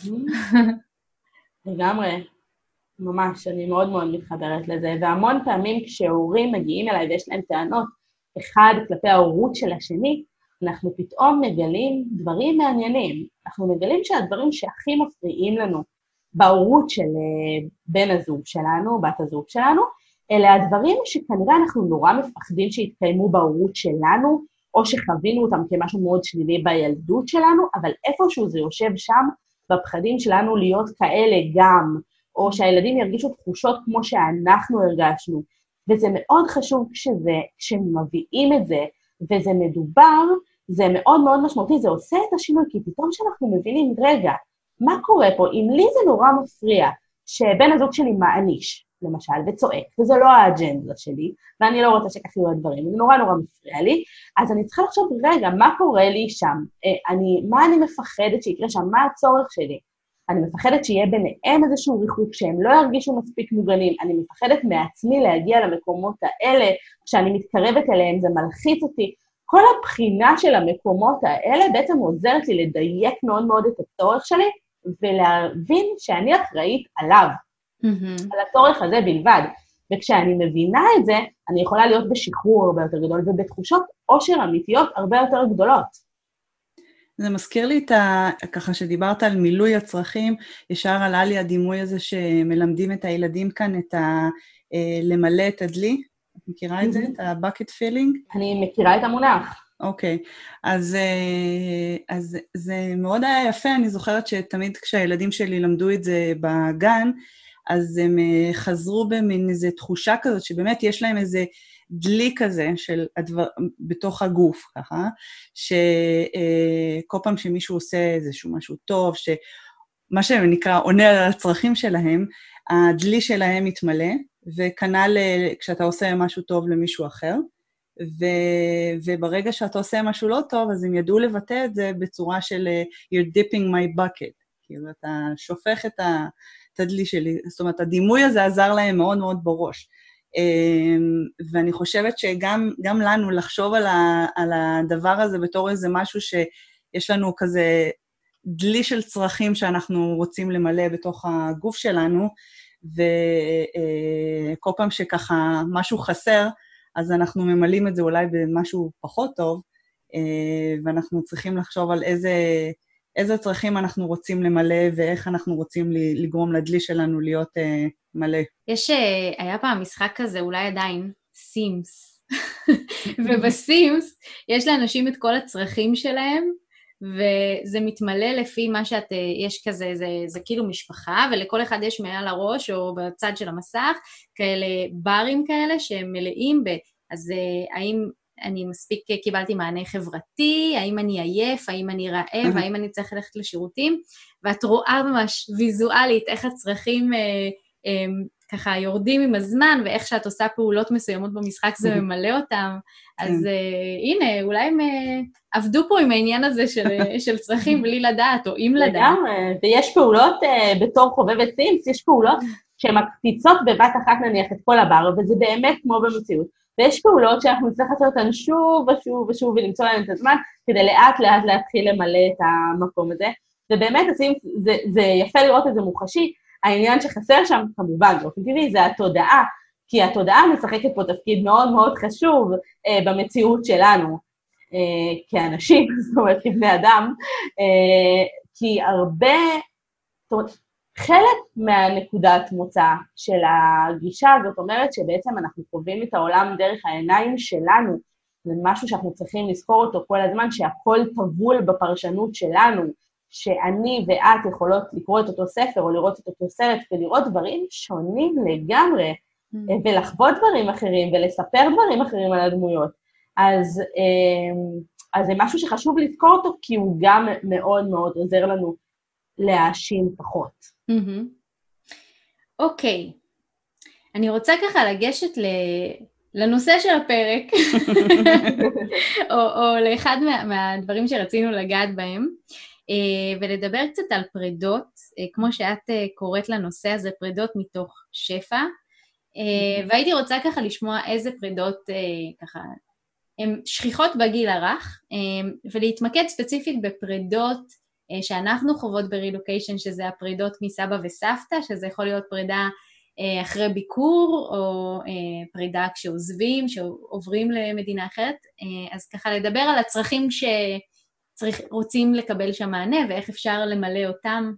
לגמרי, ממש, אני מאוד מאוד מתחברת לזה, והמון פעמים כשהורים מגיעים אליי ויש להם טענות, אחד כלפי ההורות של השני, אנחנו פתאום מגלים דברים מעניינים. אנחנו מגלים שהדברים שהכי מפריעים לנו בהורות של בן הזוג שלנו, בת הזוג שלנו, אלה הדברים שכנראה אנחנו נורא מפחדים שיתקיימו בהורות שלנו, או שחווינו אותם כמשהו מאוד שלילי בילדות שלנו, אבל איפשהו זה יושב שם בפחדים שלנו להיות כאלה גם, או שהילדים ירגישו תחושות כמו שאנחנו הרגשנו, וזה מאוד חשוב כשזה, כשמביאים את זה, וזה מדובר, זה מאוד מאוד משמעותי, זה עושה את השינוי, כי פתאום שאנחנו מבינים, רגע, מה קורה פה? אם לי זה נורא מפריע, שבן הזוג שלי מעניש, למשל, וצועק, וזה לא האג'נדה שלי, ואני לא רוצה שכך יהיו הדברים, זה נורא נורא מפריע לי, אז אני צריכה לחשוב, רגע, מה קורה לי שם? אני, מה אני מפחדת שיקרה שם? מה הצורך שלי? אני מפחדת שיהיה ביניהם איזשהו ריחוק, שהם לא ירגישו מספיק מוגנים, אני מפחדת מעצמי להגיע למקומות האלה, כשאני מתקרבת אליהם, זה מלחיץ אותי. כל הבחינה של המקומות האלה בעצם עוזרת לי לדייק מאוד מאוד את הצורך שלי, ולהבין שאני אחראית עליו, mm-hmm. על הצורך הזה בלבד. וכשאני מבינה את זה, אני יכולה להיות בשחרור הרבה יותר גדול, ובתחושות עושר אמיתיות הרבה יותר גדולות. זה מזכיר לי את ה... ככה שדיברת על מילוי הצרכים, ישר עלה לי הדימוי הזה שמלמדים את הילדים כאן את ה... למלא את הדלי. את מכירה את זה? את ה-bucket filling? אני מכירה את המונח. אוקיי, אז, אז זה מאוד היה יפה, אני זוכרת שתמיד כשהילדים שלי למדו את זה בגן, אז הם חזרו במין איזו תחושה כזאת, שבאמת יש להם איזה דלי כזה של הדבר, בתוך הגוף, ככה, שכל פעם שמישהו עושה איזשהו משהו טוב, שמה שנקרא עונה על הצרכים שלהם, הדלי שלהם מתמלא, וכנ"ל כשאתה עושה משהו טוב למישהו אחר, ו, וברגע שאתה עושה משהו לא טוב, אז הם ידעו לבטא את זה בצורה של you're dipping my bucket, כאילו אתה שופך את הדלי שלי, זאת אומרת, הדימוי הזה עזר להם מאוד מאוד בראש. ואני חושבת שגם גם לנו לחשוב על, ה, על הדבר הזה בתור איזה משהו שיש לנו כזה דלי של צרכים שאנחנו רוצים למלא בתוך הגוף שלנו, וכל פעם שככה משהו חסר, אז אנחנו ממלאים את זה אולי במשהו פחות טוב, ואנחנו צריכים לחשוב על איזה, איזה צרכים אנחנו רוצים למלא, ואיך אנחנו רוצים לגרום לדלי שלנו להיות מלא. יש, היה פעם משחק כזה, אולי עדיין, סימס. ובסימס יש לאנשים את כל הצרכים שלהם, וזה מתמלא לפי מה שאת, יש כזה, זה, זה כאילו משפחה, ולכל אחד יש מעל הראש, או בצד של המסך, כאלה ברים כאלה, שהם מלאים ב... אז האם אני מספיק קיבלתי מענה חברתי, האם אני עייף, האם אני רעב, האם אני צריך ללכת לשירותים, ואת רואה ממש ויזואלית איך הצרכים אה, אה, ככה יורדים עם הזמן, ואיך שאת עושה פעולות מסוימות במשחק זה ממלא אותם, אז אה, הנה, אולי הם אה, עבדו פה עם העניין הזה של, של צרכים בלי לדעת, או אם לדעת. לגמרי, ויש פעולות אה, בתור חובבת סימס, יש פעולות שמקפיצות בבת אחת נניח את כל הבר, וזה באמת כמו במציאות. ויש פעולות שאנחנו נצטרך לעשות אותן שוב ושוב ושוב, ולמצוא להן את הזמן, כדי לאט לאט להתחיל למלא את המקום הזה. ובאמת, זה, זה יפה לראות את זה מוחשי. העניין שחסר שם, כמובן, באופן טבעי, זה התודעה, כי התודעה משחקת פה תפקיד מאוד מאוד חשוב אה, במציאות שלנו, אה, כאנשים, זאת אומרת, כבני אדם, אה, כי הרבה, זאת אומרת, חלק מהנקודת מוצא של הגישה הזאת אומרת שבעצם אנחנו חווים את העולם דרך העיניים שלנו, זה משהו שאנחנו צריכים לזכור אותו כל הזמן, שהכל טבול בפרשנות שלנו, שאני ואת יכולות לקרוא את אותו ספר או לראות את אותו סרט ולראות דברים שונים לגמרי, mm. ולחוות דברים אחרים ולספר דברים אחרים על הדמויות. אז, אז זה משהו שחשוב לזכור אותו, כי הוא גם מאוד מאוד עוזר לנו להאשים פחות. אוקיי, אני רוצה ככה לגשת לנושא של הפרק, או לאחד מהדברים שרצינו לגעת בהם, ולדבר קצת על פרידות, כמו שאת קוראת לנושא הזה, פרידות מתוך שפע, והייתי רוצה ככה לשמוע איזה פרידות ככה, הן שכיחות בגיל הרך, ולהתמקד ספציפית בפרידות, שאנחנו חוות ברילוקיישן, שזה הפרידות מסבא וסבתא, שזה יכול להיות פרידה אחרי ביקור, או פרידה כשעוזבים, שעוברים למדינה אחרת, אז ככה לדבר על הצרכים שרוצים לקבל שם מענה, ואיך אפשר למלא אותם.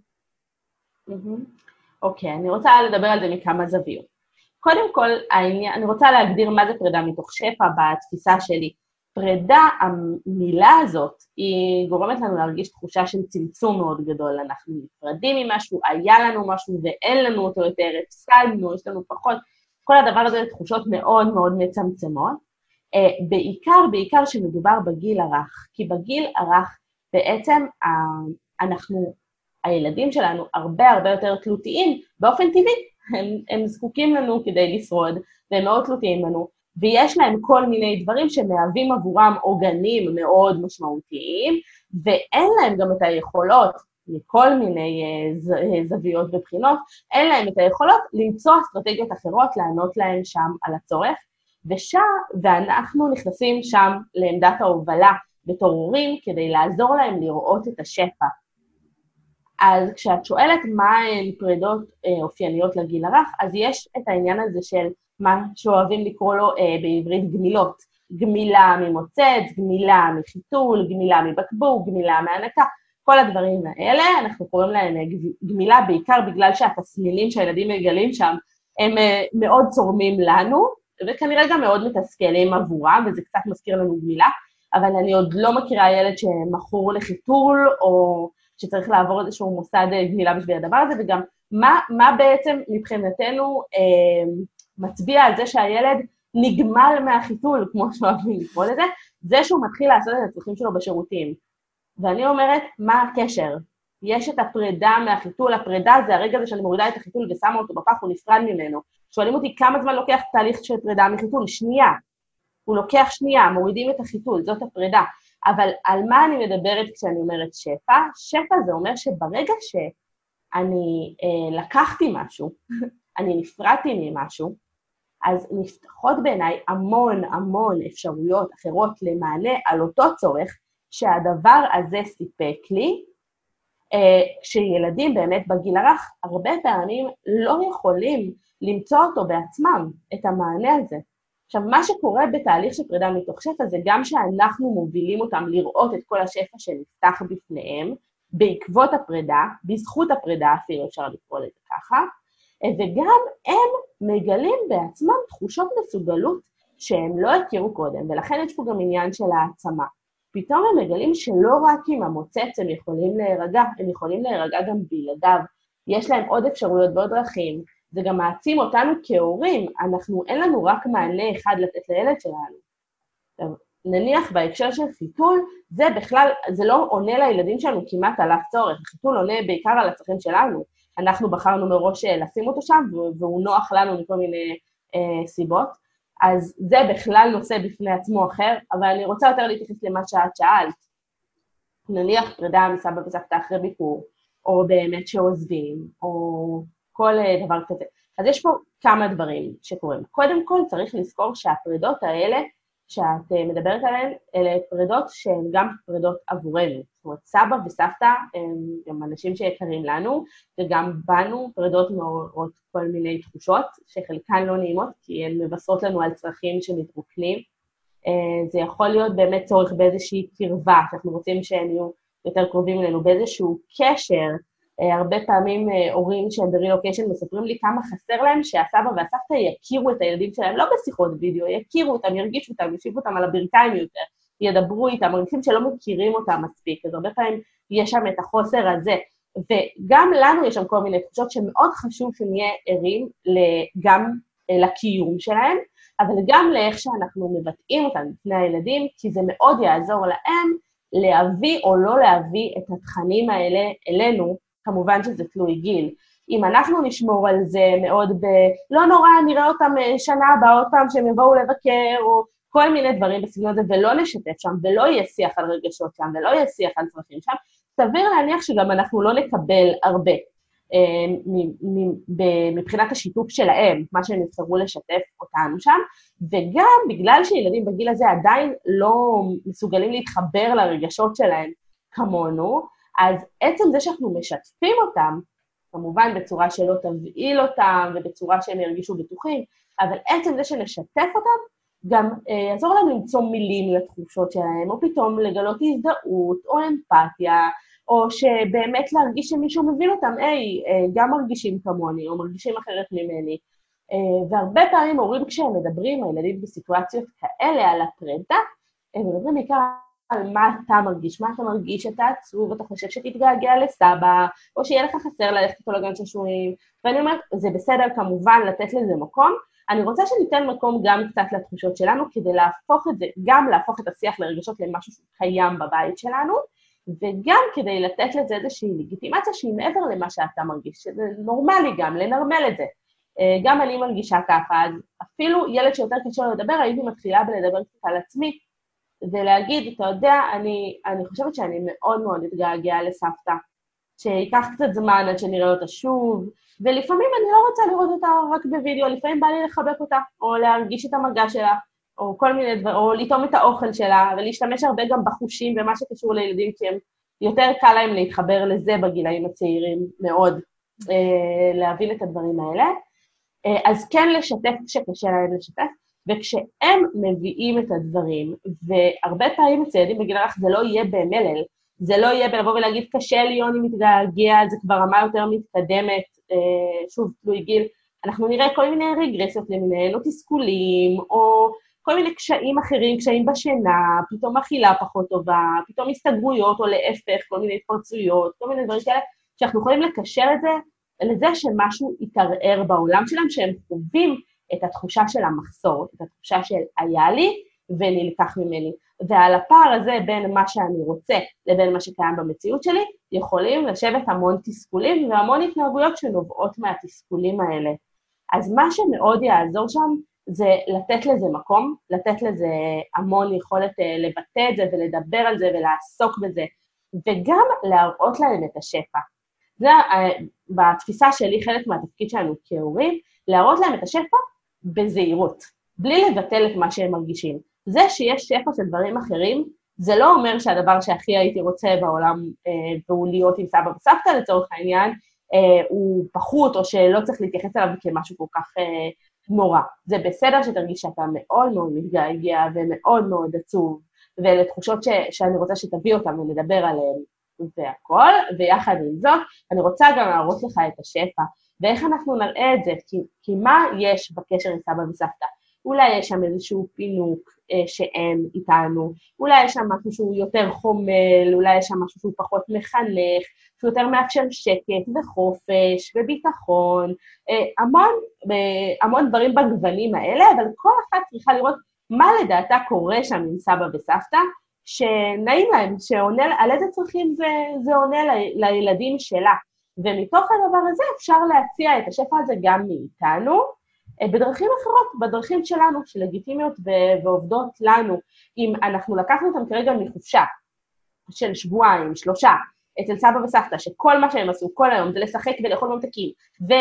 אוקיי, אני רוצה לדבר על זה מכמה זוויות. קודם כל, אני רוצה להגדיר מה זה פרידה מתוך שפע בתפיסה שלי. פרידה, המילה הזאת, היא גורמת לנו להרגיש תחושה של צמצום מאוד גדול. אנחנו נפרדים ממשהו, היה לנו משהו ואין לנו אותו יותר, הפסדנו, יש לנו פחות. כל הדבר הזה זה תחושות מאוד מאוד מצמצמות. בעיקר, בעיקר שמדובר בגיל הרך, כי בגיל הרך בעצם אנחנו, הילדים שלנו הרבה הרבה יותר תלותיים, באופן טבעי, הם, הם זקוקים לנו כדי לשרוד, והם מאוד תלותיים לנו, ויש להם כל מיני דברים שמהווים עבורם עוגנים מאוד משמעותיים, ואין להם גם את היכולות, מכל מיני זוויות ובחינות, אין להם את היכולות למצוא אסטרטגיות אחרות, לענות להם שם על הצורך, ושם, ואנחנו נכנסים שם לעמדת ההובלה בתור הורים, כדי לעזור להם לראות את השפע. אז כשאת שואלת מה הן פרידות אופייניות לגיל הרך, אז יש את העניין הזה של מה שאוהבים לקרוא לו אה, בעברית גמילות, גמילה ממוצץ, גמילה מחיתול, גמילה מבקבוק, גמילה מהנקה, כל הדברים האלה, אנחנו קוראים להם גמילה בעיקר בגלל שהתסמינים שהילדים מגלים שם, הם אה, מאוד צורמים לנו, וכנראה גם מאוד מתסכלים עבורם, וזה קצת מזכיר לנו גמילה, אבל אני עוד לא מכירה ילד שמכור לחיתול, או שצריך לעבור איזשהו מוסד גמילה בשביל הדבר הזה, וגם מה, מה בעצם מבחינתנו אה, מצביע על זה שהילד נגמל מהחיתול, כמו שאוהבים לקרוא לזה, זה שהוא מתחיל לעשות את הצרכים שלו בשירותים. ואני אומרת, מה הקשר? יש את הפרידה מהחיתול, הפרידה זה הרגע הזה שאני מורידה את החיתול ושמה אותו בפח, הוא נפרד ממנו. שואלים אותי כמה זמן לוקח תהליך של פרידה מחיתול? שנייה. הוא לוקח שנייה, מורידים את החיתול, זאת הפרידה. אבל על מה אני מדברת כשאני אומרת שפע? שפע זה אומר שברגע שאני אה, לקחתי משהו, אני נפרדתי ממשהו, אז נפתחות בעיניי המון המון אפשרויות אחרות למענה על אותו צורך, שהדבר הזה סיפק לי, כשילדים באמת בגיל הרך, הרבה פעמים לא יכולים למצוא אותו בעצמם, את המענה הזה. עכשיו, מה שקורה בתהליך של פרידה מתוך שפע, זה גם שאנחנו מובילים אותם לראות את כל השפע שנפתח בפניהם, בעקבות הפרידה, בזכות הפרידה אפילו אפשר לקרוא לזה ככה, וגם הם מגלים בעצמם תחושות מסוגלות שהם לא הכירו קודם, ולכן יש פה גם עניין של העצמה. פתאום הם מגלים שלא רק עם המוצץ הם יכולים להירגע, הם יכולים להירגע גם בלעדיו. יש להם עוד אפשרויות ועוד דרכים, זה גם מעצים אותנו כהורים, אנחנו, אין לנו רק מענה אחד לתת לילד שלנו. נניח בהקשר של חיתול, זה בכלל, זה לא עונה לילדים שלנו כמעט על אף צורך, חיתול עונה בעיקר על הצרכים שלנו, אנחנו בחרנו מראש לשים אותו שם, והוא נוח לנו מכל מיני אה, סיבות, אז זה בכלל נושא בפני עצמו אחר, אבל אני רוצה יותר להתייחס למה שאת שאלת. נניח פרידה מסבא וסבתא אחרי ביקור, או באמת שעוזבים, או כל דבר כזה. אז יש פה כמה דברים שקורים. קודם כל צריך לזכור שהפרידות האלה, שאת מדברת עליהן, אלה פרידות שהן גם פרידות עבורנו. זאת אומרת, סבא וסבתא הם גם אנשים שיקרים לנו, וגם בנו פרידות מעוררות כל מיני תחושות, שחלקן לא נעימות, כי הן מבשרות לנו על צרכים שמתרוקנים. זה יכול להיות באמת צורך באיזושהי קרבה, שאנחנו רוצים שהם יהיו יותר קרובים אלינו, באיזשהו קשר. הרבה פעמים הורים שהם ברילוקיישן מספרים לי כמה חסר להם שהסבא והסבתא יכירו את הילדים שלהם, לא בשיחות וידאו, יכירו אותם, ירגישו אותם, יושיבו אותם על הברכיים יותר, ידברו איתם, מרגישים שלא מכירים אותם מספיק, אז הרבה פעמים יש שם את החוסר הזה, וגם לנו יש שם כל מיני תחושות שמאוד חשוב שנהיה ערים גם לקיום שלהם, אבל גם לאיך שאנחנו מבטאים אותם לפני הילדים, כי זה מאוד יעזור להם להביא או לא להביא את התכנים האלה אלינו, כמובן שזה תלוי גיל. אם אנחנו נשמור על זה מאוד ב... לא נורא, נראה אותם שנה הבאה עוד פעם שהם יבואו לבקר, או כל מיני דברים בסגנון הזה, ולא נשתף שם, ולא יהיה שיח על רגשות שם, ולא יהיה שיח על צרכים שם, סביר להניח שגם אנחנו לא נקבל הרבה מבחינת השיתוף שלהם, מה שהם יבחרו לשתף אותנו שם, וגם בגלל שילדים בגיל הזה עדיין לא מסוגלים להתחבר לרגשות שלהם כמונו, אז עצם זה שאנחנו משתפים אותם, כמובן בצורה שלא תבעיל אותם, ובצורה שהם ירגישו בטוחים, אבל עצם זה שנשתף אותם, גם אה, יעזור לנו למצוא מילים לתחושות שלהם, או פתאום לגלות הזדהות, או אמפתיה, או שבאמת להרגיש שמישהו מבין אותם, היי, אה, גם מרגישים כמוני, או מרגישים אחרת ממני. אה, והרבה פעמים הורים כשהם מדברים, הילדים בסיטואציות כאלה על הפרידה, הם מדברים בעיקר על מה אתה מרגיש, מה אתה מרגיש, אתה עצוב, אתה חושב שתתגעגע לסבא, או שיהיה לך חסר ללכת איתו לגן שעשועים, ואני אומרת, זה בסדר כמובן לתת לזה מקום, אני רוצה שניתן מקום גם קצת לתחושות שלנו, כדי להפוך את זה, גם להפוך את השיח לרגשות למשהו שקיים בבית שלנו, וגם כדי לתת לזה איזושהי לגיטימציה שהיא מעבר למה שאתה מרגיש, שזה נורמלי גם, לנרמל את זה. גם אני מרגישה ככה, אז אפילו ילד שיותר קשה לדבר, הייתי מתחילה בלדבר קצת על עצמי, ולהגיד, אתה יודע, אני, אני חושבת שאני מאוד מאוד אתגעגע לסבתא, שיקח קצת זמן עד שנראה אותה שוב, ולפעמים אני לא רוצה לראות אותה רק בווידאו, לפעמים בא לי לחבק אותה, או להרגיש את המגע שלה, או כל מיני דברים, או לטעום את האוכל שלה, ולהשתמש הרבה גם בחושים ומה שקשור לילדים, כי הם יותר קל להם להתחבר לזה בגילאים הצעירים מאוד, אה, להבין את הדברים האלה. אז כן לשתף כשקשה להם לשתף, וכשהם מביאים את הדברים, והרבה פעמים אצל ילדים בגיל הרך זה לא יהיה במלל, זה לא יהיה בלבוא ולהגיד קשה לי, אני מתגעגע, זה כבר רמה יותר מתקדמת, שוב, תלוי גיל, אנחנו נראה כל מיני רגרסיות למיניהן, או תסכולים, או כל מיני קשיים אחרים, קשיים בשינה, פתאום אכילה פחות טובה, פתאום הסתגרויות, או להפך, כל מיני התפרצויות, כל מיני דברים כאלה, שאנחנו יכולים לקשר את זה לזה שמשהו יתערער בעולם שלהם, שהם חווים את התחושה של המחסור, את התחושה של היה לי ונלקח ממני. ועל הפער הזה בין מה שאני רוצה לבין מה שקיים במציאות שלי, יכולים לשבת המון תסכולים והמון התנהגויות שנובעות מהתסכולים האלה. אז מה שמאוד יעזור שם, זה לתת לזה מקום, לתת לזה המון יכולת לבטא את זה ולדבר על זה ולעסוק בזה, וגם להראות להם את השפע. זה בתפיסה שלי חלק מהתפקיד שלנו כהורים, להראות להם את השפע בזהירות, בלי לבטל את מה שהם מרגישים. זה שיש שפע של דברים אחרים, זה לא אומר שהדבר שהכי הייתי רוצה בעולם, אה, והוא להיות עם סבא וסבתא לצורך העניין, אה, הוא פחות או שלא צריך להתייחס אליו כמשהו כל כך אה, נורא. זה בסדר שתרגיש שאתה מאוד מאוד מתגעגע ומאוד מאוד עצוב, ואלה תחושות ש, שאני רוצה שתביא אותם ונדבר עליהן והכל, ויחד עם זאת, אני רוצה גם להראות לך את השפע, ואיך אנחנו נראה את זה, כי, כי מה יש בקשר עם סבא וסבתא? אולי יש שם איזשהו פינוק אה, שאין איתנו, אולי יש שם משהו שהוא יותר חומל, אולי יש שם משהו שהוא פחות מחנך, שהוא יותר מאפשר שקט וחופש וביטחון, אה, המון, אה, המון דברים בגוונים האלה, אבל כל אחת צריכה לראות מה לדעתה קורה שם עם סבא וסבתא, שנעים להם, שעונה, על איזה צרכים זה, זה עונה ל, לילדים שלה, ומתוך הדבר הזה אפשר להציע את השפע הזה גם מאיתנו, בדרכים אחרות, בדרכים שלנו, שלגיטימיות ו- ועובדות לנו, אם אנחנו לקחנו אותם כרגע מחופשה של שבועיים, שלושה, אצל סבא וסבתא, שכל מה שהם עשו כל היום זה לשחק ולאכול ממתקים,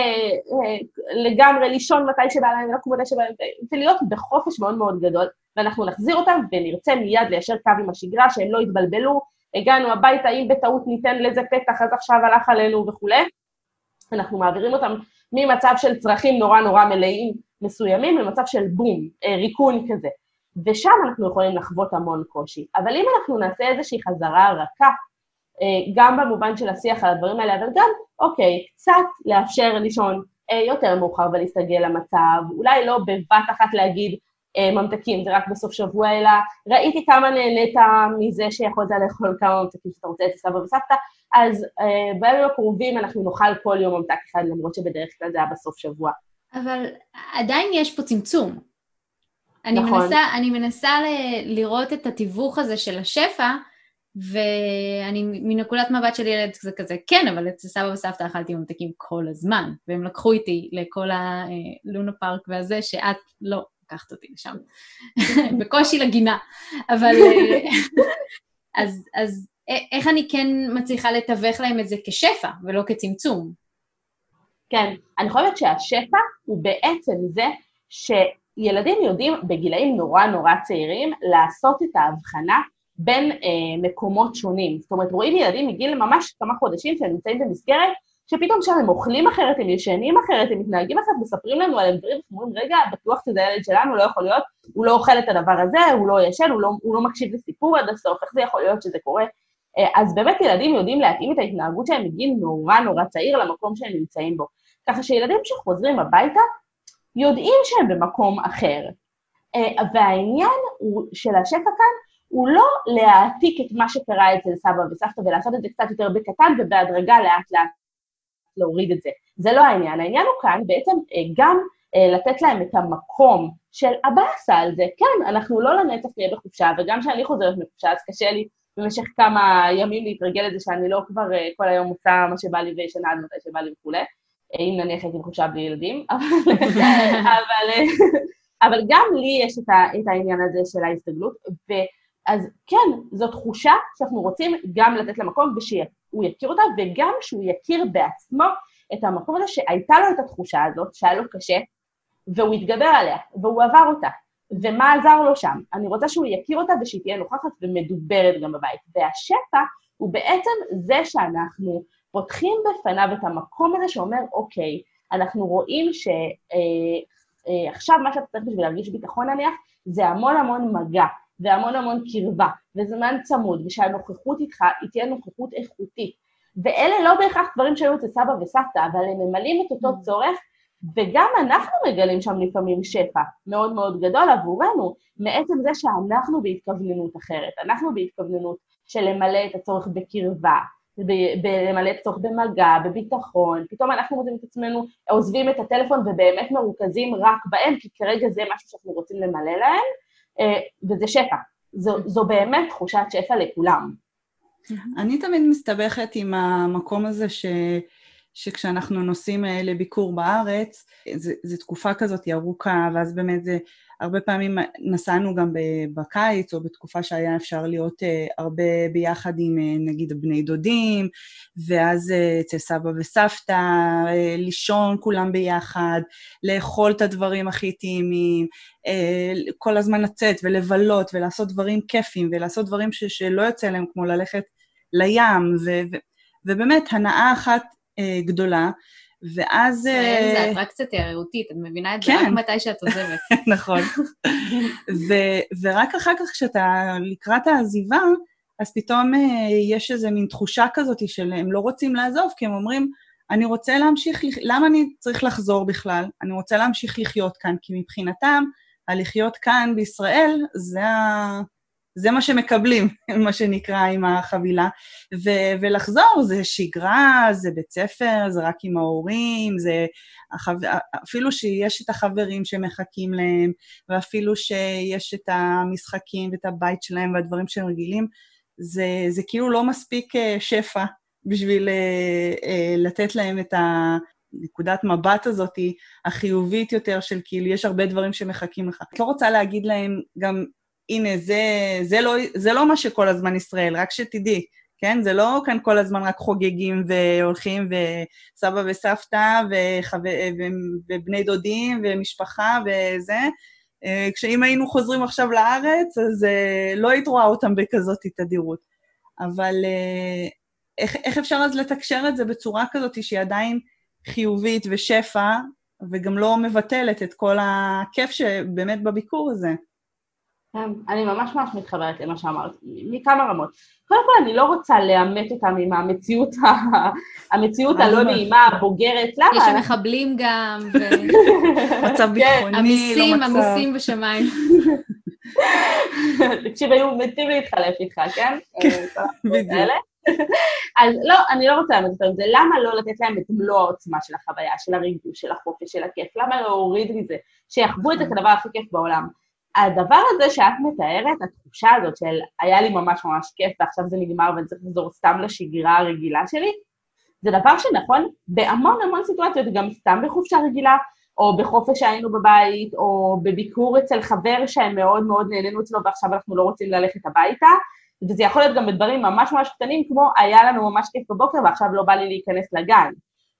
ולגמרי לישון מתי שבא להם, ולקום מתי שבא להם, ולהיות בחופש מאוד מאוד גדול, ואנחנו נחזיר אותם ונרצה מיד ליישר קו עם השגרה, שהם לא יתבלבלו, הגענו הביתה, אם בטעות ניתן לזה פתח, אז עכשיו הלך עלינו וכו'. אנחנו מעבירים אותם ממצב של צרכים נורא נורא מלאים מסוימים, למצב של בום, ריקון כזה. ושם אנחנו יכולים לחוות המון קושי. אבל אם אנחנו נעשה איזושהי חזרה רכה, גם במובן של השיח על הדברים האלה, אבל גם, אוקיי, קצת לאפשר לישון יותר מאוחר ולהסתגל למצב, אולי לא בבת אחת להגיד ממתקים, זה רק בסוף שבוע, אלא ראיתי כמה נהנית מזה שיכולת לאכול כמה ממתקים שאתה רוצה את סבא וסבתא, אז uh, בימים הקרובים אנחנו נאכל כל יום ממתק אחד, למרות שבדרך כלל זה היה בסוף שבוע. אבל עדיין יש פה צמצום. אני נכון. מנסה, אני מנסה ל- לראות את התיווך הזה של השפע, ואני מנקודת מבט של ילד זה כזה, כן, אבל אצל סבא וסבתא אכלתי ממתקים כל הזמן, והם לקחו איתי לכל הלונה פארק והזה, שאת לא לקחת אותי לשם, בקושי לגינה. אבל אז, אז איך אני כן מצליחה לתווך להם את זה כשפע, ולא כצמצום? כן, אני חושבת שהשפע הוא בעצם זה שילדים יודעים בגילאים נורא נורא צעירים לעשות את ההבחנה בין אה, מקומות שונים. זאת אומרת, רואים ילדים מגיל ממש כמה חודשים שהם נמצאים במסגרת, שפתאום שם הם אוכלים אחרת, הם ישנים אחרת, הם מתנהגים אחרת, מספרים לנו על דברים, אומרים, רגע, בטוח שזה ילד שלנו, לא יכול להיות, הוא לא אוכל את הדבר הזה, הוא לא ישן, הוא לא, הוא לא מקשיב לסיפור עד הסוף, איך זה יכול להיות שזה קורה? אז באמת ילדים יודעים להתאים את ההתנהגות שלהם מגיל נורא נורא צעיר למקום שהם נמצאים בו. ככה שילדים שחוזרים הביתה, יודעים שהם במקום אחר. והעניין של השפע כאן, הוא לא להעתיק את מה שקרה אצל סבא וסבתא, ולעשות את זה קצת יותר בקטן, ובהדרגה לאט לאט להוריד את זה. זה לא העניין. העניין הוא כאן בעצם גם לתת להם את המקום של אבא עשה על זה. כן, אנחנו לא לנצח נהיה בחופשה, וגם כשאני חוזרת מחופשה, אז קשה לי במשך כמה ימים להתרגל את זה, שאני לא כבר כל היום עושה מה שבא לי וישנה עד מתי שבא לי וכו'. אם נניח הייתי בחופשה בלי ילדים, אבל, אבל גם לי יש את העניין הזה של ההסתגלות, אז כן, זו תחושה שאנחנו רוצים גם לתת למקום, ושהוא יכיר אותה, וגם שהוא יכיר בעצמו את המקום הזה שהייתה לו את התחושה הזאת, שהיה לו קשה, והוא התגבר עליה, והוא עבר אותה. ומה עזר לו שם? אני רוצה שהוא יכיר אותה ושהיא תהיה נוכחת ומדוברת גם בבית. והשפע הוא בעצם זה שאנחנו פותחים בפניו את המקום הזה שאומר, אוקיי, אנחנו רואים שעכשיו מה שאתה צריך בשביל להרגיש ביטחון נניח, זה המון המון מגע, והמון המון קרבה, וזמן צמוד, ושהנוכחות איתך היא תהיה נוכחות איכותית. ואלה לא בהכרח דברים שהיו אצל סבא וסבתא, אבל הם ממלאים את אותו צורך, וגם אנחנו מגלים שם לפעמים שפע מאוד מאוד גדול עבורנו, מעצם זה שאנחנו בהתכווננות אחרת, אנחנו בהתכווננות של למלא את הצורך בקרבה, למלא את הצורך במגע, בביטחון, פתאום אנחנו מוצאים את עצמנו, עוזבים את הטלפון ובאמת מרוכזים רק בהם, כי כרגע זה משהו שאנחנו רוצים למלא להם, וזה שפע. זו, זו באמת תחושת שפע לכולם. אני תמיד מסתבכת עם המקום הזה ש... שכשאנחנו נוסעים לביקור בארץ, זה, זה תקופה כזאת ארוכה, ואז באמת זה, הרבה פעמים נסענו גם בקיץ, או בתקופה שהיה אפשר להיות הרבה ביחד עם נגיד בני דודים, ואז אצל סבא וסבתא, לישון כולם ביחד, לאכול את הדברים הכי טעימים, כל הזמן לצאת ולבלות, ולעשות דברים כיפים, ולעשות דברים ש, שלא יוצא להם, כמו ללכת לים, ו, ו, ובאמת הנאה אחת, גדולה, ואז... ישראל זה אטרקציה תיירותית, את מבינה את זה רק מתי שאת עוזבת. נכון. ורק אחר כך כשאתה לקראת העזיבה, אז פתאום יש איזו מין תחושה כזאת שהם לא רוצים לעזוב, כי הם אומרים, אני רוצה להמשיך, למה אני צריך לחזור בכלל? אני רוצה להמשיך לחיות כאן, כי מבחינתם, הלחיות כאן בישראל, זה ה... זה מה שמקבלים, מה שנקרא עם החבילה, ו- ולחזור, זה שגרה, זה בית ספר, זה רק עם ההורים, זה החו- אפילו שיש את החברים שמחכים להם, ואפילו שיש את המשחקים ואת הבית שלהם והדברים שהם רגילים, זה, זה כאילו לא מספיק שפע בשביל לתת להם את הנקודת מבט הזאת החיובית יותר של כאילו יש הרבה דברים שמחכים לך. את לא רוצה להגיד להם גם, הנה, זה, זה, לא, זה לא מה שכל הזמן ישראל, רק שתדעי, כן? זה לא כאן כל הזמן רק חוגגים והולכים וסבא וסבתא וחבר, ובני דודים ומשפחה וזה. כשאם היינו חוזרים עכשיו לארץ, אז לא היית רואה אותם בכזאת תדירות. אבל איך, איך אפשר אז לתקשר את זה בצורה כזאת שהיא עדיין חיובית ושפע, וגם לא מבטלת את כל הכיף שבאמת בביקור הזה? אני ממש ממש מתחברת למה שאמרת, מכמה רמות. קודם כל, אני לא רוצה לאמת אותם עם המציאות, המציאות הלא נעימה, הבוגרת. למה? יש שמחבלים גם, מצב ביטחוני, המיסים, המיסים בשמיים. תקשיב, היו מתים להתחלף איתך, כן? בדיוק. אז לא, אני לא רוצה לאמת אותם, זה למה לא לתת להם את מלוא העוצמה של החוויה, של הריגוש, של החופש, של הכיף, למה לא להוריד מזה, שיחוו את זה כדבר הכי כיף בעולם. הדבר הזה שאת מתארת, התחושה הזאת של היה לי ממש ממש כיף, ועכשיו זה נגמר ואני צריך לחזור סתם לשגרה הרגילה שלי, זה דבר שנכון בהמון המון סיטואציות, גם סתם בחופשה רגילה, או בחופש שהיינו בבית, או בביקור אצל חבר שהם מאוד מאוד נהנינו אצלו, ועכשיו אנחנו לא רוצים ללכת הביתה, וזה יכול להיות גם בדברים ממש ממש קטנים, כמו היה לנו ממש כיף בבוקר, ועכשיו לא בא לי להיכנס לגן.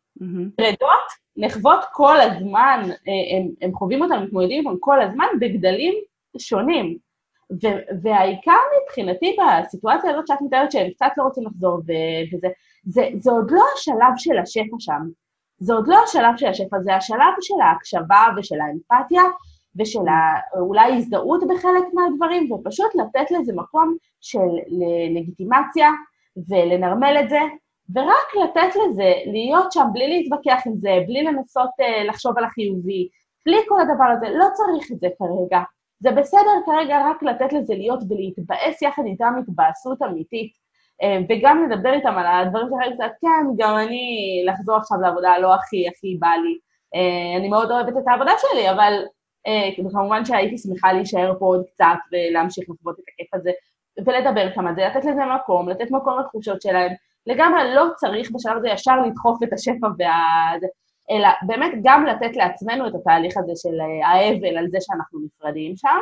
פרדות נחוות כל הזמן, הם, הם חווים אותם, מתמודדים אותם כל הזמן בגדלים שונים. ו- והעיקר מבחינתי בסיטואציה הזאת שאת מתארת שהם קצת לא רוצים לחזור, ו- וזה, זה, זה עוד לא השלב של השפע שם. זה עוד לא השלב של השפע, זה השלב של ההקשבה ושל האמפתיה, ושל אולי הזדהות בחלק מהדברים, ופשוט לתת לזה מקום של לגיטימציה, ולנרמל את זה, ורק לתת לזה, להיות שם בלי להתווכח עם זה, בלי לנסות uh, לחשוב על החיובי, בלי כל הדבר הזה, לא צריך את זה כרגע. זה בסדר כרגע רק לתת לזה להיות ולהתבאס יחד איתם התבאסות אמיתית, uh, וגם לדבר איתם על הדברים שחלק קצת, כן, גם אני לחזור עכשיו לעבודה לא הכי הכי בא לי. Uh, אני מאוד אוהבת את העבודה שלי, אבל uh, כמובן שהייתי שמחה להישאר פה עוד קצת ולהמשיך לחוות את הכיף הזה, ולדבר כמה זה, לתת לזה מקום, לתת מקום לתחושות שלהם, לגמרי לא צריך בשלב הזה ישר לדחוף את השפע והזה, אלא באמת גם לתת לעצמנו את התהליך הזה של האבל על זה שאנחנו נפרדים שם,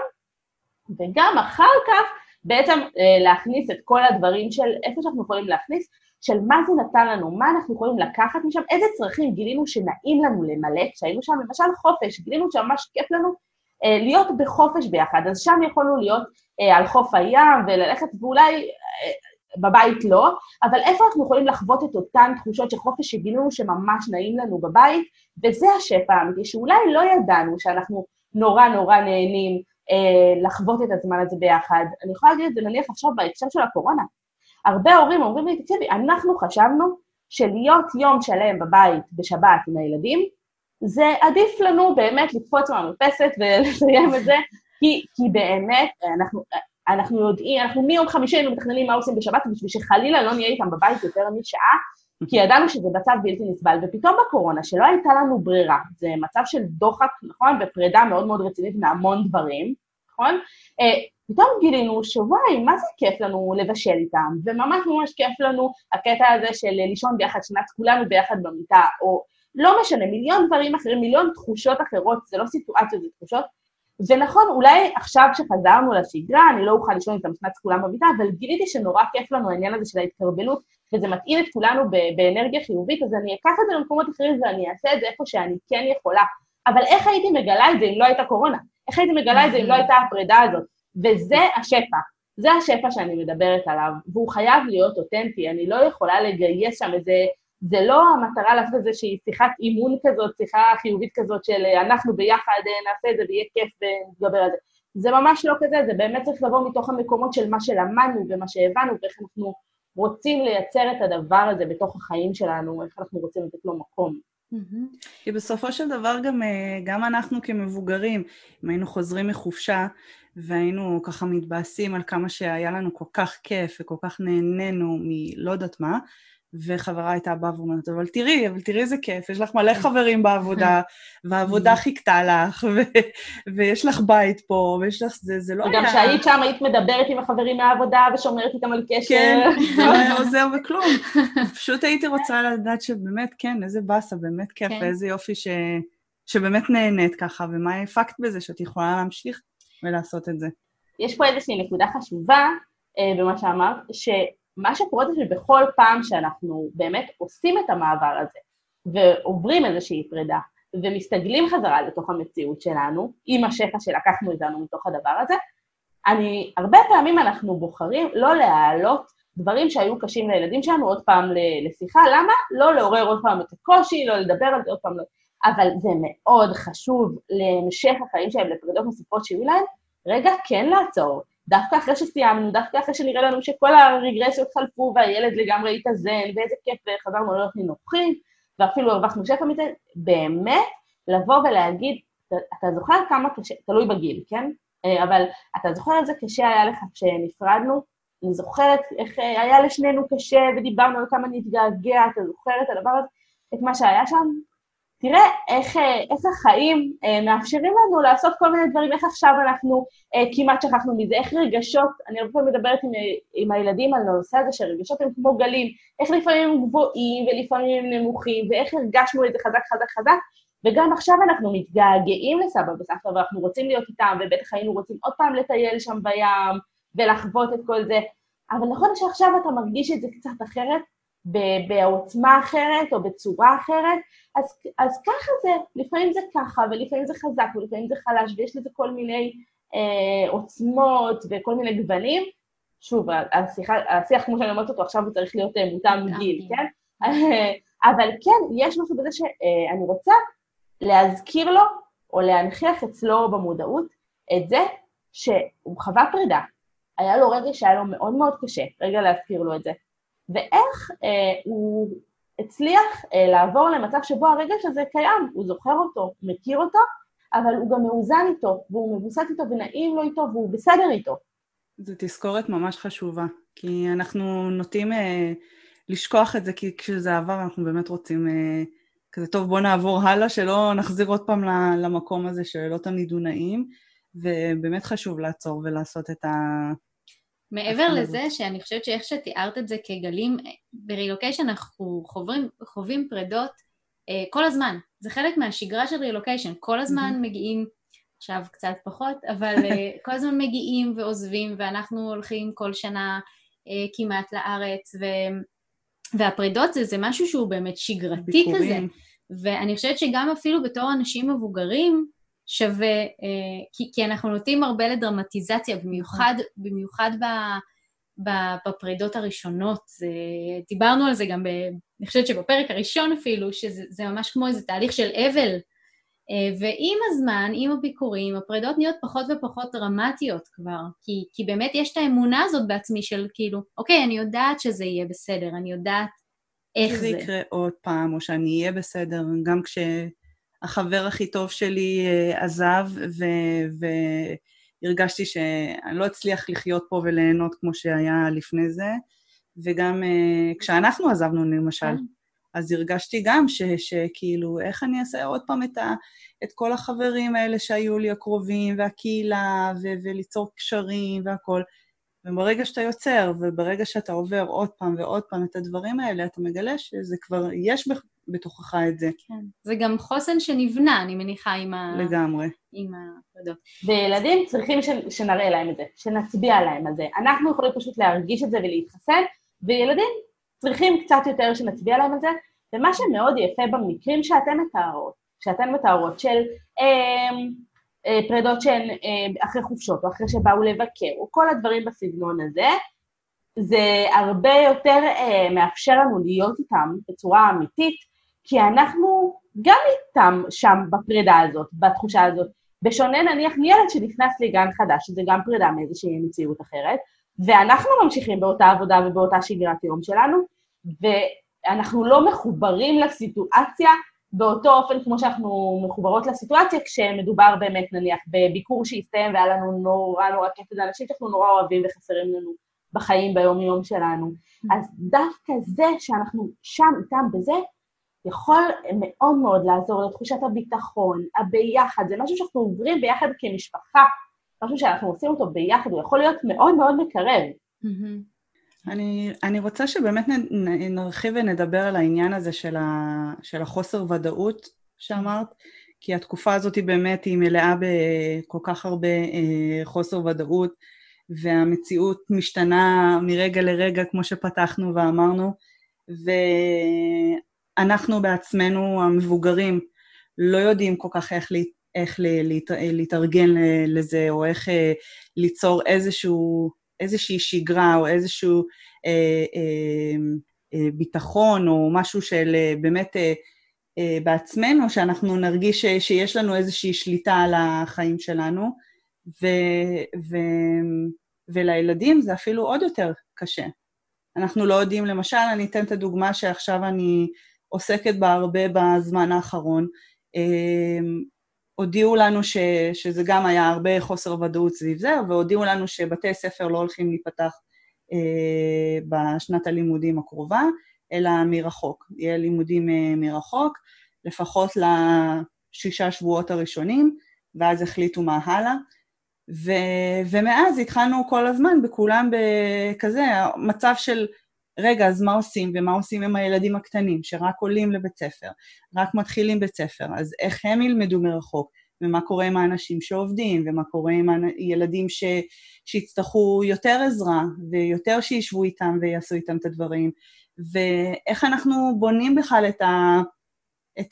וגם אחר כך בעצם להכניס את כל הדברים של איפה שאנחנו יכולים להכניס, של מה זה נתן לנו, מה אנחנו יכולים לקחת משם, איזה צרכים גילינו שנעים לנו למלא, כשהיינו שם למשל חופש, גילינו שממש כיף לנו להיות בחופש ביחד, אז שם יכולנו להיות על חוף הים וללכת ואולי בבית לא, אבל איפה אנחנו יכולים לחוות את אותן תחושות של חופש שגילינו שממש נעים לנו בבית, וזה השפע האמיתי, שאולי לא ידענו שאנחנו נורא נורא נהנים אה, לחוות את הזמן הזה ביחד. אני יכולה להגיד את זה נניח עכשיו בהקשר של הקורונה. הרבה הורים אומרים לי, תקשיבי, אנחנו חשבנו שלהיות יום שלם בבית בשבת עם הילדים, זה עדיף לנו באמת לקפוץ מהמרפסת ולסיים את זה, כי, כי באמת אנחנו, אנחנו יודעים, אנחנו מיום חמישי היינו מתכננים מה עושים בשבת, בשביל שחלילה לא נהיה איתם בבית יותר משעה, כי ידענו שזה מצב בלתי נסבל, ופתאום בקורונה, שלא הייתה לנו ברירה, זה מצב של דוחק, נכון, ופרידה מאוד מאוד רצינית מהמון דברים, נכון? פתאום גילינו שוואי, מה זה כיף לנו לבשל איתם, וממש ממש כיף לנו הקטע הזה של לישון ביחד, שנץ כולנו ביחד במיטה, או לא משנה, מיליון דברים אחרים, מיליון תחושות אחרות, זה לא סיטואציות, זה תחושות, ונכון, אולי עכשיו שחזרנו לשגרה, אני לא אוכל לישון איתם שנץ כולם במיטה, אבל גיליתי שנורא כיף לנו העניין הזה של ההתקרבלות, וזה מתאים את כולנו באנרגיה חיובית, אז אני אקח את זה למקומות אחרים ואני אעשה את זה איפה שאני כן יכולה. אבל איך הייתי מגלה את זה אם לא הייתה קורונה? איך הייתי מגלה את זה אם לא הייתה הפרידה הזאת? וזה השפע, זה השפע שאני מדברת עליו, והוא חייב להיות אותנטי, אני לא יכולה לגייס שם איזה, זה לא המטרה לעשות את זה שהיא שיחת אימון כזאת, שיחה חיובית כזאת של אנחנו ביחד נעשה את זה ויהיה כיף ונתגבר על זה. זה ממש לא כזה, זה באמת צריך לבוא מתוך המקומות של מה שלמדנו ומה שהבנו, ואיך אנחנו רוצים לייצר את הדבר הזה בתוך החיים שלנו, איך אנחנו רוצים לתת לו מקום. כי בסופו של דבר גם, גם אנחנו כמבוגרים, אם היינו חוזרים מחופשה, והיינו ככה מתבאסים על כמה שהיה לנו כל כך כיף, וכל כך נהנינו מלא יודעת מה, וחברה הייתה באה ואומרת, אבל תראי, אבל תראי איזה כיף, יש לך מלא חברים בעבודה, והעבודה חיכתה לך, ויש לך בית פה, ויש לך, זה לא היה... וגם שהיית שם, היית מדברת עם החברים מהעבודה, ושומרת איתם על קשר. כן, זה לא היה עוזר וכלום. פשוט הייתי רוצה לדעת שבאמת, כן, איזה באסה, באמת כיף, ואיזה יופי שבאמת נהנית ככה, ומה הפקת בזה, שאת יכולה להמשיך ולעשות את זה. יש פה איזושהי נקודה חשובה, במה שאמרת, ש... מה שקורה זה שבכל פעם שאנחנו באמת עושים את המעבר הזה, ועוברים איזושהי פרידה, ומסתגלים חזרה לתוך המציאות שלנו, עם השפע שלקחנו איתנו מתוך הדבר הזה, אני, הרבה פעמים אנחנו בוחרים לא להעלות דברים שהיו קשים לילדים שלנו עוד פעם לשיחה, למה? לא לעורר עוד פעם את הקושי, לא לדבר על זה עוד פעם, לא. אבל זה מאוד חשוב להמשך החיים שלהם, לפרידות נוספות שיהיו להם, רגע כן לעצור, דווקא אחרי שסיימנו, דווקא אחרי שנראה לנו שכל הרגרסיות חלפו, והילד לגמרי התאזן, ואיזה כיף, וחזרנו להיות נינוחים, ואפילו הרווחנו שפע מזה, באמת לבוא ולהגיד, אתה, אתה זוכר כמה קשה, תלוי בגיל, כן? אבל אתה זוכר איזה קשה היה לך כשנפרדנו? אני זוכרת איך היה לשנינו קשה, ודיברנו על כמה נתגעגע, אתה זוכר את הדבר הזה, את מה שהיה שם? תראה איך, איך החיים אה, מאפשרים לנו לעשות כל מיני דברים, איך עכשיו אנחנו אה, כמעט שכחנו מזה, איך רגשות, אני הרבה פעמים מדברת עם, עם הילדים על הנושא הזה, שרגשות הם כמו גלים, איך לפעמים הם גבוהים ולפעמים הם נמוכים, ואיך הרגשנו את זה חזק חזק חזק, וגם עכשיו אנחנו מתגעגעים לסבא וסבתא, ואנחנו רוצים להיות איתם, ובטח היינו רוצים עוד פעם לטייל שם בים, ולחוות את כל זה, אבל נכון שעכשיו אתה מרגיש את זה קצת אחרת, בעוצמה אחרת או בצורה אחרת, אז, אז ככה זה, לפעמים זה ככה, ולפעמים זה חזק, ולפעמים זה חלש, ויש לזה כל מיני אה, עוצמות וכל מיני גוונים. שוב, השיח, השיח כמו שאני אומרת אותו, עכשיו הוא צריך להיות מותאם גיל, כן? אבל כן, יש משהו בזה שאני רוצה להזכיר לו, או להנכיח אצלו במודעות, את זה שהוא חווה פרידה. היה לו רגע שהיה לו מאוד מאוד קשה, רגע להזכיר לו את זה. ואיך אה, הוא הצליח אה, לעבור למצב שבו הרגש הזה קיים, הוא זוכר אותו, מכיר אותו, אבל הוא גם מאוזן איתו, והוא מבוסס איתו ונעים לו איתו, והוא בסדר איתו. זו תזכורת ממש חשובה, כי אנחנו נוטים אה, לשכוח את זה, כי כשזה עבר אנחנו באמת רוצים, אה, כזה טוב בוא נעבור הלאה, שלא נחזיר עוד פעם למקום הזה שלא תמיד הוא נעים, ובאמת חשוב לעצור ולעשות את ה... מעבר לזה שאני חושבת שאיך שתיארת את זה כגלים, ברילוקיישן אנחנו חוברים, חווים פרדות אה, כל הזמן. זה חלק מהשגרה של רילוקיישן. כל הזמן mm-hmm. מגיעים, עכשיו קצת פחות, אבל אה, כל הזמן מגיעים ועוזבים, ואנחנו הולכים כל שנה אה, כמעט לארץ, ו, והפרדות זה, זה משהו שהוא באמת שגרתי ביקורים. כזה. ואני חושבת שגם אפילו בתור אנשים מבוגרים, שווה, כי, כי אנחנו נוטים הרבה לדרמטיזציה, במיוחד, במיוחד ב, בפרידות הראשונות. זה, דיברנו על זה גם, ב, אני חושבת שבפרק הראשון אפילו, שזה ממש כמו איזה תהליך של אבל, ועם הזמן, עם הביקורים, הפרידות נהיות פחות ופחות דרמטיות כבר, כי, כי באמת יש את האמונה הזאת בעצמי של כאילו, אוקיי, אני יודעת שזה יהיה בסדר, אני יודעת איך זה. שזה יקרה עוד פעם, או שאני אהיה בסדר, גם כשהחבר הכי טוב שלי עזב, והרגשתי שאני לא אצליח לחיות פה וליהנות כמו שהיה לפני זה, וגם כשאנחנו עזבנו למשל, אז הרגשתי גם ש, שכאילו, איך אני אעשה עוד פעם את, ה, את כל החברים האלה שהיו לי הקרובים, והקהילה, ו, וליצור קשרים והכל. וברגע שאתה יוצר, וברגע שאתה עובר עוד פעם ועוד פעם את הדברים האלה, אתה מגלה שזה כבר, יש בתוכך את זה. כן. זה גם חוסן שנבנה, אני מניחה, עם ה... לגמרי. עם הפרדות. וילדים צריכים ש, שנראה להם את זה, שנצביע להם את זה. אנחנו יכולים פשוט להרגיש את זה ולהתחסן, וילדים צריכים קצת יותר שנצביע להם את זה, ומה שמאוד יפה במקרים שאתם מתארות, שאתם מתארות של אה, אה, פרידות שהן אה, אחרי חופשות, או אחרי שבאו לבקר, או כל הדברים בסגנון הזה, זה הרבה יותר אה, מאפשר לנו להיות איתם בצורה אמיתית, כי אנחנו גם איתם שם בפרידה הזאת, בתחושה הזאת, בשונה נניח מילד שנכנס לגן חדש, שזה גם פרידה מאיזושהי מציאות אחרת, ואנחנו ממשיכים באותה עבודה ובאותה שגרת יום שלנו, ואנחנו לא מחוברים לסיטואציה באותו אופן כמו שאנחנו מחוברות לסיטואציה, כשמדובר באמת נניח בביקור שהסתיים והיה לנו נורא נורא כיף, זה אנשים שאנחנו נורא אוהבים וחסרים לנו בחיים ביום יום שלנו. אז דווקא זה שאנחנו שם איתם בזה, יכול מאוד מאוד לעזור לתחושת הביטחון, הביחד, זה משהו שאנחנו עוברים ביחד כמשפחה, משהו שאנחנו עושים אותו ביחד, הוא יכול להיות מאוד מאוד מקרב. אני, אני רוצה שבאמת נרחיב ונדבר על העניין הזה של, ה, של החוסר ודאות שאמרת, כי התקופה הזאת היא באמת היא מלאה בכל כך הרבה אה, חוסר ודאות, והמציאות משתנה מרגע לרגע כמו שפתחנו ואמרנו, ואנחנו בעצמנו המבוגרים לא יודעים כל כך איך להתארגן, איך להתארגן לזה, או איך ליצור איזשהו, איזושהי שגרה, או איזשהו אה, אה, אה, ביטחון, או משהו של באמת אה, אה, בעצמנו, שאנחנו נרגיש ש, שיש לנו איזושהי שליטה על החיים שלנו, ו, ו, ולילדים זה אפילו עוד יותר קשה. אנחנו לא יודעים, למשל, אני אתן את הדוגמה שעכשיו אני עוסקת בה הרבה בזמן האחרון, אה, הודיעו לנו ש, שזה גם היה הרבה חוסר ודאות סביב זה, והודיעו לנו שבתי ספר לא הולכים להיפתח אה, בשנת הלימודים הקרובה, אלא מרחוק. יהיה לימודים אה, מרחוק, לפחות לשישה שבועות הראשונים, ואז החליטו מה הלאה. ו, ומאז התחלנו כל הזמן בכולם בכזה, מצב של רגע, אז מה עושים, ומה עושים עם הילדים הקטנים, שרק עולים לבית ספר, רק מתחילים בית ספר, אז איך הם ילמדו מרחוק, ומה קורה עם האנשים שעובדים, ומה קורה עם הילדים ש... שיצטרכו יותר עזרה, ויותר שישבו איתם ויעשו איתם את הדברים, ואיך אנחנו בונים בכלל את, ה... את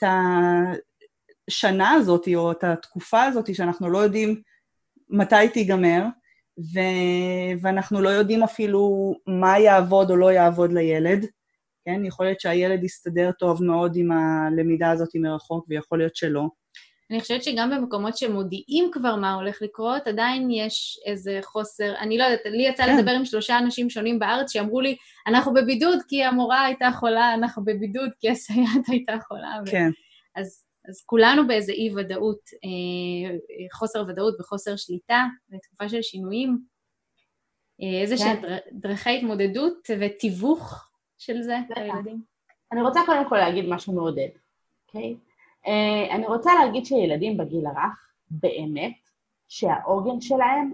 השנה הזאת, או את התקופה הזאת, שאנחנו לא יודעים מתי היא תיגמר, ו... ואנחנו לא יודעים אפילו מה יעבוד או לא יעבוד לילד, כן? יכול להיות שהילד יסתדר טוב מאוד עם הלמידה הזאת מרחוק, ויכול להיות שלא. אני חושבת שגם במקומות שמודיעים כבר מה הולך לקרות, עדיין יש איזה חוסר, אני לא יודעת, לי יצא כן. לדבר עם שלושה אנשים שונים בארץ, שאמרו לי, אנחנו בבידוד כי המורה הייתה חולה, אנחנו בבידוד כי הסייעת הייתה חולה. כן. ו... אז... אז כולנו באיזה אי ודאות, חוסר ודאות וחוסר שליטה, בתקופה של שינויים, איזה שהן דרכי התמודדות ותיווך של זה לילדים. אני רוצה קודם כל להגיד משהו מעודד, אוקיי? אני רוצה להגיד שילדים בגיל הרך, באמת, שהאורגן שלהם,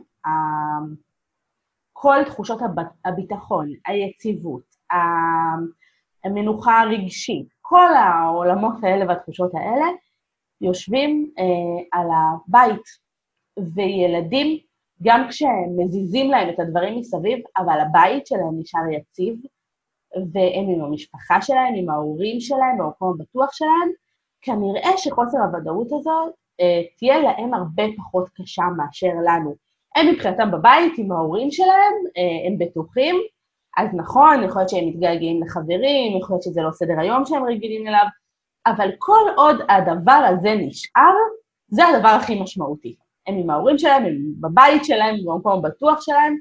כל תחושות הביטחון, היציבות, המנוחה הרגשית, כל העולמות האלה והתחושות האלה, יושבים אה, על הבית, וילדים, גם כשהם מזיזים להם את הדברים מסביב, אבל הבית שלהם נשאר יציב, והם עם המשפחה שלהם, עם ההורים שלהם, במקום הבטוח שלהם, כנראה שחוסר הוודאות הזאת אה, תהיה להם הרבה פחות קשה מאשר לנו. הם מבחינתם בבית עם ההורים שלהם, הם בטוחים, אז נכון, יכול להיות שהם מתגעגעים לחברים, יכול להיות שזה לא סדר היום שהם רגילים אליו, אבל כל עוד הדבר הזה נשאר, זה הדבר הכי משמעותי. הם עם ההורים שלהם, הם בבית שלהם, במקום בטוח שלהם,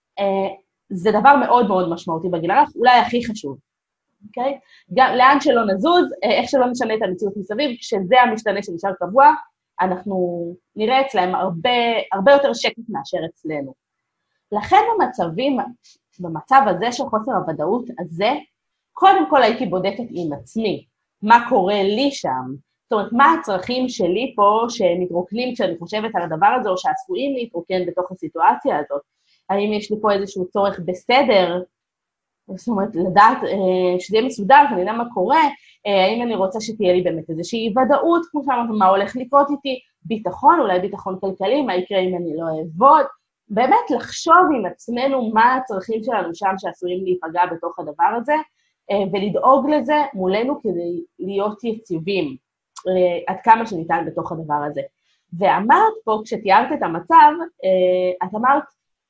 זה דבר מאוד מאוד משמעותי בגיל הרך, אולי הכי חשוב. אוקיי? גם לאן שלא נזוז, איך שלא נשנה את המציאות מסביב, כשזה המשתנה שנשאר קבוע, אנחנו נראה אצלהם הרבה, הרבה יותר שקט מאשר אצלנו. לכן במצבים, במצב הזה של חוסר הוודאות הזה, קודם כל הייתי בודקת עם עצמי, מה קורה לי שם, זאת אומרת, מה הצרכים שלי פה שמתרוקנים כשאני חושבת על הדבר הזה, או שעשויים להתרוקן בתוך הסיטואציה הזאת, האם יש לי פה איזשהו צורך בסדר, זאת אומרת, לדעת שזה יהיה מסודר, אני יודע מה קורה, האם אני רוצה שתהיה לי באמת איזושהי ודאות, כמו שאמרנו, מה הולך לקרות איתי, ביטחון, אולי ביטחון כלכלי, מה יקרה אם אני לא אעבוד, באמת לחשוב עם עצמנו מה הצרכים שלנו שם שעשויים להיפגע בתוך הדבר הזה, ולדאוג לזה מולנו כדי להיות יציבים, עד כמה שניתן בתוך הדבר הזה. ואמרת פה, כשתיארת את המצב, את אמרת,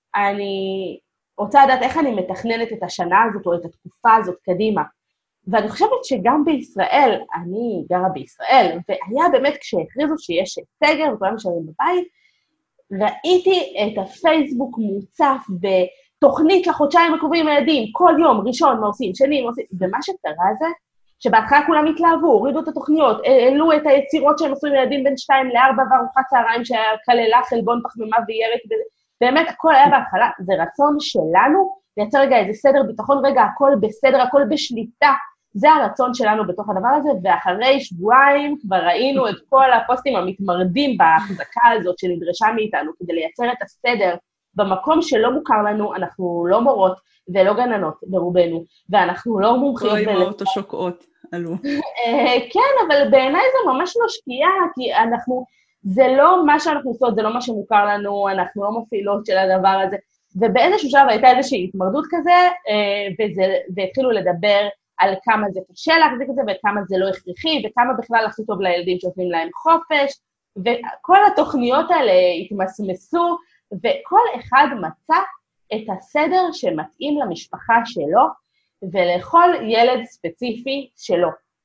אני רוצה לדעת איך אני מתכננת את השנה הזאת או את התקופה הזאת קדימה. ואני חושבת שגם בישראל, אני גרה בישראל, והיה באמת כשהכריזו שיש סגר וכולם נשארים בבית, ראיתי את הפייסבוק מוצף בתוכנית לחודשיים הקרובים ילדים, כל יום, ראשון, מה עושים, שני, מה עושים, ומה שקרה זה, שבהתחלה כולם התלהבו, הורידו את התוכניות, העלו את היצירות שהם עשו עם ילדים בין שתיים לארבע, וארוחת צהריים שכללה חלבון פחמימה וירק, באמת הכל היה בהתחלה, זה רצון שלנו, לייצר רגע איזה סדר ביטחון, רגע הכל בסדר, הכל בשליטה, זה הרצון שלנו בתוך הדבר הזה, ואחרי שבועיים כבר ראינו את כל הפוסטים המתמרדים בהחזקה הזאת שנדרשה מאיתנו, כדי לייצר את הסדר במקום שלא מוכר לנו, אנחנו לא מורות ולא גננות ברובנו, ואנחנו לא מומחים. לא אימהות או שוקעות, עלו. כן, אבל בעיניי זה ממש לא שקיעה, כי אנחנו, זה לא מה שאנחנו עושות, זה לא מה שמוכר לנו, אנחנו לא מפעילות של הדבר הזה, ובאיזשהו שלב הייתה איזושהי התמרדות כזה, וזה, והתחילו לדבר על כמה זה קשה להחזיק את זה, וכמה זה לא הכרחי, וכמה בכלל הכי טוב לילדים שעושים להם חופש, וכל התוכניות האלה התמסמסו, וכל אחד מצא את הסדר שמתאים למשפחה שלו, ולכל ייל ספציפי שלו.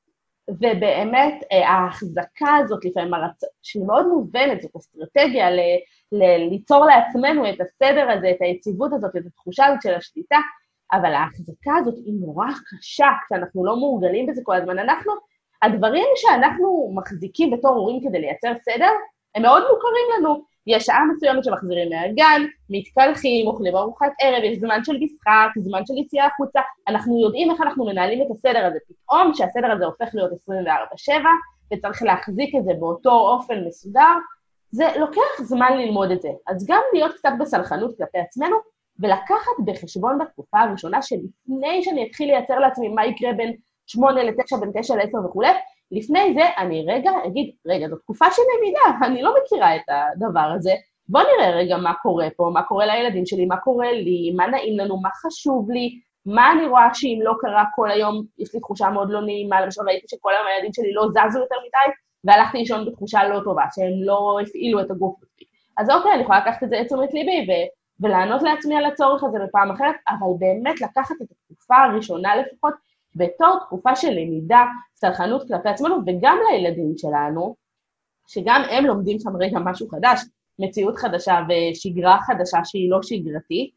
ובאמת, ההחזקה הזאת, לפעמים הרצון, שהיא מאוד מובנת, זאת אסטרטגיה ל- ל- ליצור לעצמנו את הסדר הזה, את היציבות הזאת, את התחושה הזאת של השליטה, אבל ההחזקה הזאת היא נורא קשה, כשאנחנו לא מורגלים בזה כל הזמן. אנחנו, הדברים שאנחנו מחזיקים בתור הורים כדי לייצר סדר, הם מאוד מוכרים לנו. יש שעה מסוימת שמחזירים מהגן, מתקלחים, אוכלים ארוחת ערב, יש זמן של משחק, זמן של יציאה החוצה, אנחנו יודעים איך אנחנו מנהלים את הסדר הזה, פתאום שהסדר הזה הופך להיות עשרים וארבע שבע, וצריך להחזיק את זה באותו אופן מסודר, זה לוקח זמן ללמוד את זה. אז גם להיות קצת בסלחנות כלפי עצמנו, ולקחת בחשבון בתקופה הראשונה שלפני שאני אתחיל לייצר לעצמי מה יקרה בין שמונה לתשע, בין תשע לעשר וכו', לפני זה אני רגע אגיד, רגע, זו תקופה של למידה, אני לא מכירה את הדבר הזה, בוא נראה רגע מה קורה פה, מה קורה לילדים שלי, מה קורה לי, מה נעים לנו, מה חשוב לי, מה אני רואה שאם לא קרה כל היום, יש לי תחושה מאוד לא נעימה, למשל ראיתי שכל היום הילדים שלי לא זזו יותר מדי, והלכתי לישון בתחושה לא טובה, שהם לא הפעילו את הגוף. אז אוקיי, אני יכולה לקחת את זה לתשומת ליבי, ו- ולענות לעצמי על הצורך הזה בפעם אחרת, אבל באמת לקחת את התקופה הראשונה לפחות, בתור תקופה של למידה, סלחנות כלפי עצמנו, וגם לילדים שלנו, שגם הם לומדים שם רגע משהו חדש, מציאות חדשה ושגרה חדשה שהיא לא שגרתית,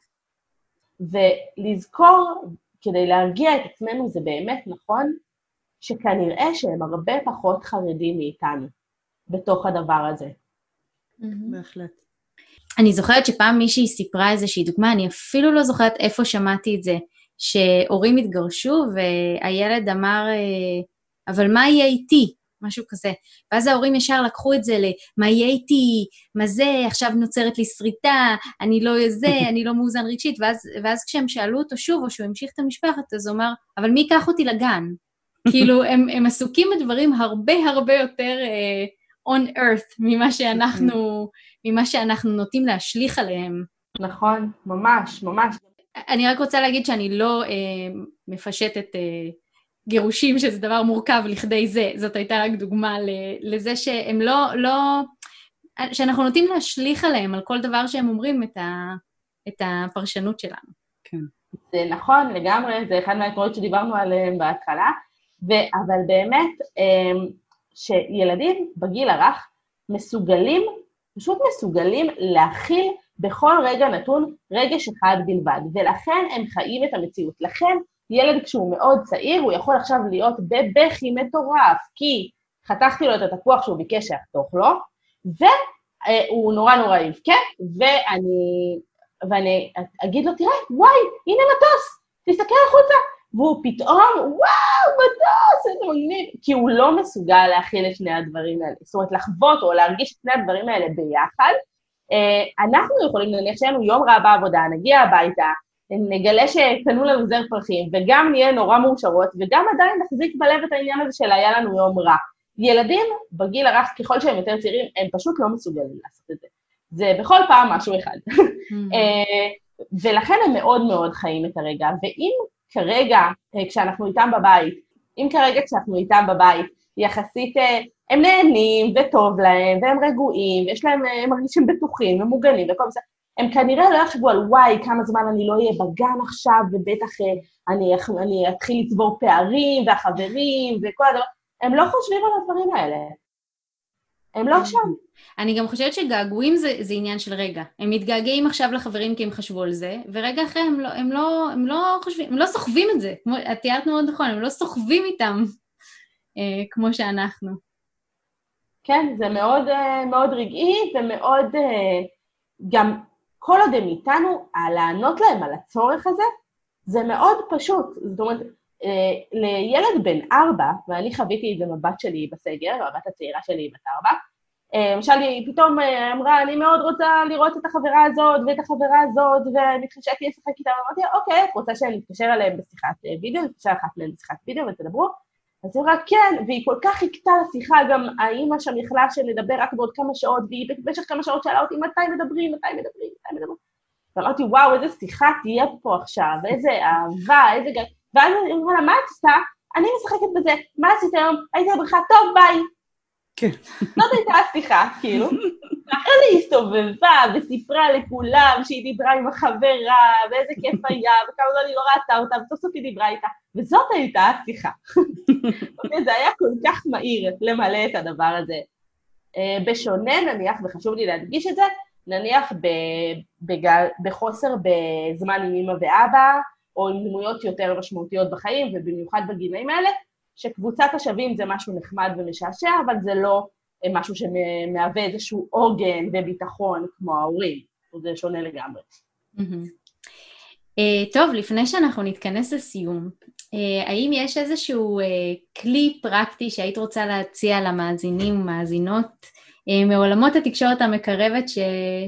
ולזכור, כדי להרגיע את עצמנו, זה באמת נכון, שכנראה שהם הרבה פחות חרדים מאיתנו, בתוך הדבר הזה. בהחלט. אני זוכרת שפעם מישהי סיפרה איזושהי דוגמה, אני אפילו לא זוכרת איפה שמעתי את זה, שהורים התגרשו, והילד אמר, אבל מה יהיה איתי? משהו כזה. ואז ההורים ישר לקחו את זה למה יהיה איתי, מה זה, עכשיו נוצרת לי שריטה, אני לא זה, אני לא מאוזן רגשית, ואז, ואז כשהם שאלו אותו שוב, או שהוא המשיך את המשפחת, אז הוא אמר, אבל מי ייקח אותי לגן? כאילו, הם, הם עסוקים בדברים הרבה הרבה יותר uh, on earth, ממה שאנחנו, ממה שאנחנו נוטים להשליך עליהם. נכון, ממש, ממש. אני רק רוצה להגיד שאני לא אה, מפשטת אה, גירושים, שזה דבר מורכב לכדי זה. זאת הייתה רק דוגמה לזה שהם לא, לא, שאנחנו נוטים להשליך עליהם, על כל דבר שהם אומרים את, ה, את הפרשנות שלנו. כן. זה נכון, לגמרי, זה אחד מהעקרונות שדיברנו עליהם בהתחלה, ו- אבל באמת, שילדים בגיל הרך מסוגלים, פשוט מסוגלים להכיל בכל רגע נתון רגש אחד בלבד, ולכן הם חיים את המציאות. לכן ילד כשהוא מאוד צעיר, הוא יכול עכשיו להיות בבכי מטורף, כי חתכתי לו את התפוח שהוא ביקש שיחתוך לו, והוא נורא נורא יבכה, ואני, ואני אגיד לו, תראה, וואי, הנה מטוס, תסתכל החוצה, והוא פתאום, וואו, מטוס, איזה מגניב, כי הוא לא מסוגל להכיל את שני הדברים האלה, זאת אומרת, לחוות או להרגיש את שני הדברים האלה ביחד. אנחנו יכולים להניח שהיינו יום רע בעבודה, נגיע הביתה, נגלה שקנו לנו זר פרחים, וגם נהיה נורא מאושרות, וגם עדיין נחזיק בלב את העניין הזה של היה לנו יום רע. ילדים בגיל הרך, ככל שהם יותר צעירים, הם פשוט לא מסוגלים לעשות את זה. זה בכל פעם משהו אחד. ולכן הם מאוד מאוד חיים את הרגע, ואם כרגע, כשאנחנו איתם בבית, אם כרגע כשאנחנו איתם בבית, יחסית, הם נהנים וטוב להם, והם רגועים, ויש להם, הם מרגישים בטוחים ומוגנים וכל זה, הם כנראה לא יחשבו על וואי, כמה זמן אני לא אהיה בגן עכשיו, ובטח אני, אני אתחיל לצבור פערים, והחברים, וכל הדבר, הם לא חושבים על הדברים האלה. הם לא שם. אני גם חושבת שגעגועים זה, זה עניין של רגע. הם מתגעגעים עכשיו לחברים כי הם חשבו על זה, ורגע אחרי הם לא, הם לא, הם לא חושבים, הם לא סוחבים את זה. כמו, את תיארת מאוד נכון, הם לא סוחבים איתם אה, כמו שאנחנו. כן, זה מאוד, אה, מאוד רגעי, ומאוד אה, גם כל עוד הם איתנו, לענות להם על הצורך הזה, זה מאוד פשוט. זאת אומרת, אה, לילד בן ארבע, ואני חוויתי את זה מבת שלי בסגר, הבת הצעירה שלי בת ארבע, למשל, היא פתאום אמרה, אני מאוד רוצה לראות את החברה הזאת ואת החברה הזאת, ומתחשק לי לשחק איתה, ואמרתי, אוקיי, את רוצה שאני אתקשר עליהם בשיחת וידאו, נתקשר אחת מהם בשיחת וידאו ותדברו? אז היא אמרה, כן, והיא כל כך חיכתה לשיחה, גם האמא שם יכלה שנדבר רק בעוד כמה שעות, והיא במשך כמה שעות שאלה אותי, מתי מדברים, מתי מדברים, מתי מדברים? ואמרתי, וואו, איזה שיחה תהיה פה עכשיו, איזה אהבה, איזה גל... ואז היא אמרה לה, מה את עושה? אני משחקת בזה, מה עשית היום? הייתי בבריכה, טוב, ביי. כן. זאת הייתה השיחה, כאילו. ואחרי זה היא הסתובבה וסיפרה לכולם שהיא דיברה עם החברה, ואיזה כיף היה, וכמה זמן היא לא ראתה אותה, וסוף סוף היא דיברה איתה, וזאת הייתה השיחה. זה היה כל כך מהיר למלא את הדבר הזה. בשונה, נניח, וחשוב לי להדגיש את זה, נניח בחוסר בזמן עם אמא ואבא, או עם דמויות יותר משמעותיות בחיים, ובמיוחד בגילאים האלה, שקבוצת השווים זה משהו נחמד ומשעשע, אבל זה לא משהו שמהווה איזשהו עוגן וביטחון כמו ההורים, זה שונה לגמרי. טוב, לפני שאנחנו נתכנס לסיום, האם יש איזשהו כלי פרקטי שהיית רוצה להציע למאזינים ומאזינות מעולמות התקשורת המקרבת ש...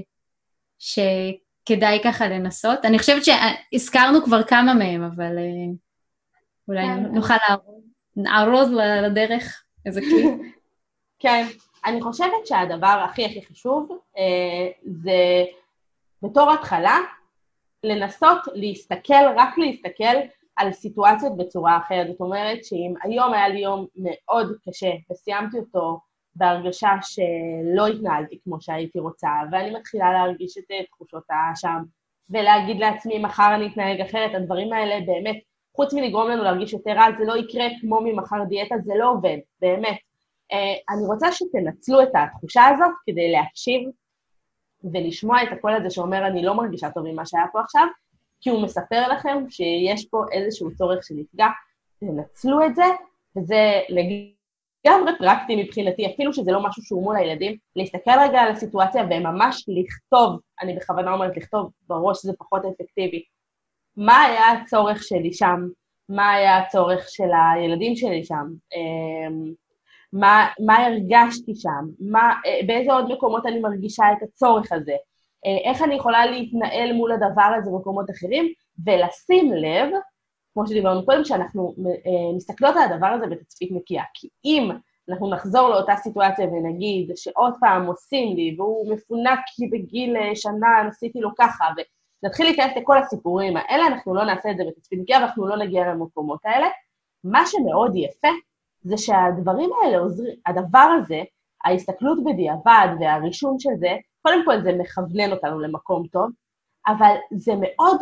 שכדאי ככה לנסות? אני חושבת שהזכרנו כבר כמה מהם, אבל אולי נוכל להראות. נערוז לדרך איזה כלי. כן, אני חושבת שהדבר הכי הכי חשוב זה בתור התחלה לנסות להסתכל, רק להסתכל על סיטואציות בצורה אחרת. זאת אומרת שאם היום היה לי יום מאוד קשה וסיימתי אותו בהרגשה שלא התנהלתי כמו שהייתי רוצה, ואני מתחילה להרגיש את תחושות האשם ולהגיד לעצמי מחר אני אתנהג אחרת, הדברים האלה באמת חוץ מלגרום לנו להרגיש יותר רע, זה לא יקרה כמו ממחר דיאטה, זה לא עובד, באמת. אני רוצה שתנצלו את התחושה הזאת כדי להקשיב ולשמוע את הקול הזה שאומר, אני לא מרגישה טוב ממה שהיה פה עכשיו, כי הוא מספר לכם שיש פה איזשהו צורך שנפגע, תנצלו את זה, וזה לגמרי פרקטי מבחינתי, אפילו שזה לא משהו שהוא מול הילדים, להסתכל רגע על הסיטואציה וממש לכתוב, אני בכוונה אומרת לכתוב בראש, זה פחות אפקטיבי, מה היה הצורך שלי שם, מה היה הצורך של הילדים שלי שם, מה, מה הרגשתי שם, מה, באיזה עוד מקומות אני מרגישה את הצורך הזה, איך אני יכולה להתנהל מול הדבר הזה במקומות אחרים, ולשים לב, כמו שדיברנו קודם, שאנחנו מסתכלות על הדבר הזה בתצפית נקייה, כי אם אנחנו נחזור לאותה סיטואציה ונגיד שעוד פעם עושים לי, והוא מפונק כי בגיל שנה עשיתי לו ככה, ו... נתחיל להיכנס לכל הסיפורים האלה, אנחנו לא נעשה את זה בתצפית נקייה, ואנחנו לא נגיע למקומות האלה. מה שמאוד יפה, זה שהדברים האלה עוזרים, הדבר הזה, ההסתכלות בדיעבד והרישום של זה, קודם כל זה מכוונן אותנו למקום טוב, אבל זה מאוד,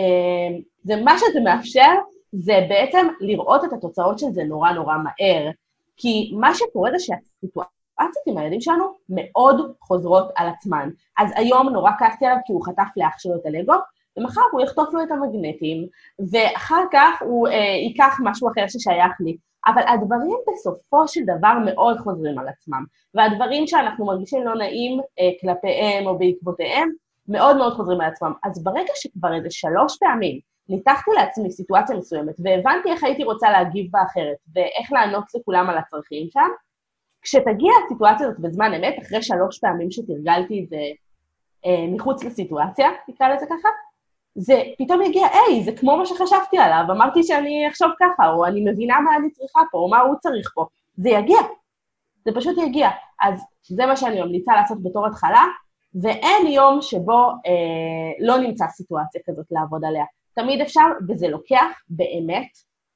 זה מה שזה מאפשר, זה בעצם לראות את התוצאות של זה נורא נורא מהר, כי מה שקורה זה שהסיטואציות עם הילדים שלנו מאוד חוזרות על עצמן. אז היום נורא כעסתי עליו כי הוא חטף לאח שלו את הלגו, ומחר הוא יחטוף לו את המגנטים, ואחר כך הוא אה, ייקח משהו אחר ששייך לי. אבל הדברים בסופו של דבר מאוד חוזרים על עצמם, והדברים שאנחנו מרגישים לא נעים אה, כלפיהם או בעקבותיהם, מאוד מאוד חוזרים על עצמם. אז ברגע שכבר איזה שלוש פעמים, ניתחתי לעצמי סיטואציה מסוימת, והבנתי איך הייתי רוצה להגיב בה אחרת, ואיך לענות לכולם על הצרכים שם, כשתגיע הסיטואציה הזאת בזמן אמת, אחרי שלוש פעמים שתרגלתי את זה אה, מחוץ לסיטואציה, נקרא לזה ככה, זה פתאום יגיע, היי, זה כמו מה שחשבתי עליו, אמרתי שאני אחשוב ככה, או אני מבינה מה אני צריכה פה, או מה הוא צריך פה, זה יגיע, זה פשוט יגיע. אז זה מה שאני ממליצה לעשות בתור התחלה, ואין יום שבו אה, לא נמצא סיטואציה כזאת לעבוד עליה. תמיד אפשר, וזה לוקח באמת,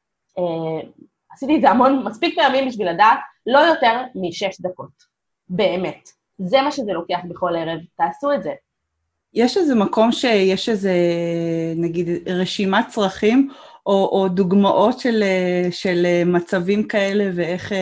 אה, עשיתי את זה המון, מספיק פעמים בשביל לדעת, לא יותר משש דקות, באמת. זה מה שזה לוקח בכל ערב, תעשו את זה. יש איזה מקום שיש איזה, נגיד, רשימת צרכים, או, או דוגמאות של, של מצבים כאלה, ואיך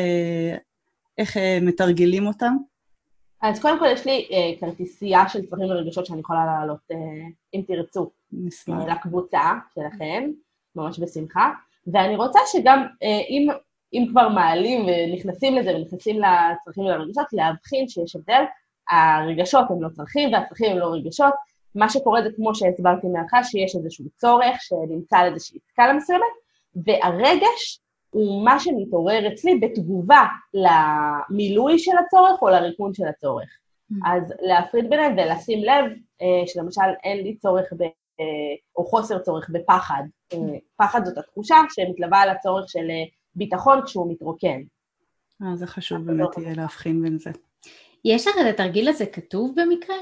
איך מתרגלים אותם? אז קודם כל יש לי אה, כרטיסייה של צרכים ורגשות שאני יכולה לעלות, אה, אם תרצו, אה, לקבוצה שלכם, ממש בשמחה, ואני רוצה שגם אה, אם, אם כבר מעלים ונכנסים לזה ונכנסים לצרכים ולרגשות, להבחין שיש הבדל, הרגשות הם לא צרכים והצרכים הם לא רגשות, מה שקורה זה כמו שהסברתי מהכה, שיש איזשהו צורך שנמצא על איזושהי סקאלה מסוימת, והרגש הוא מה שמתעורר אצלי בתגובה למילוי של הצורך או לריקון של הצורך. Mm. אז להפריד ביניהם ולשים לב שלמשל אין לי צורך ב, או חוסר צורך בפחד. Mm. פחד זאת התחושה שמתלווה על הצורך של ביטחון כשהוא מתרוקן. אה, זה חשוב באמת יהיה להבחין בין זה. יש לך את התרגיל הזה כתוב במקרה?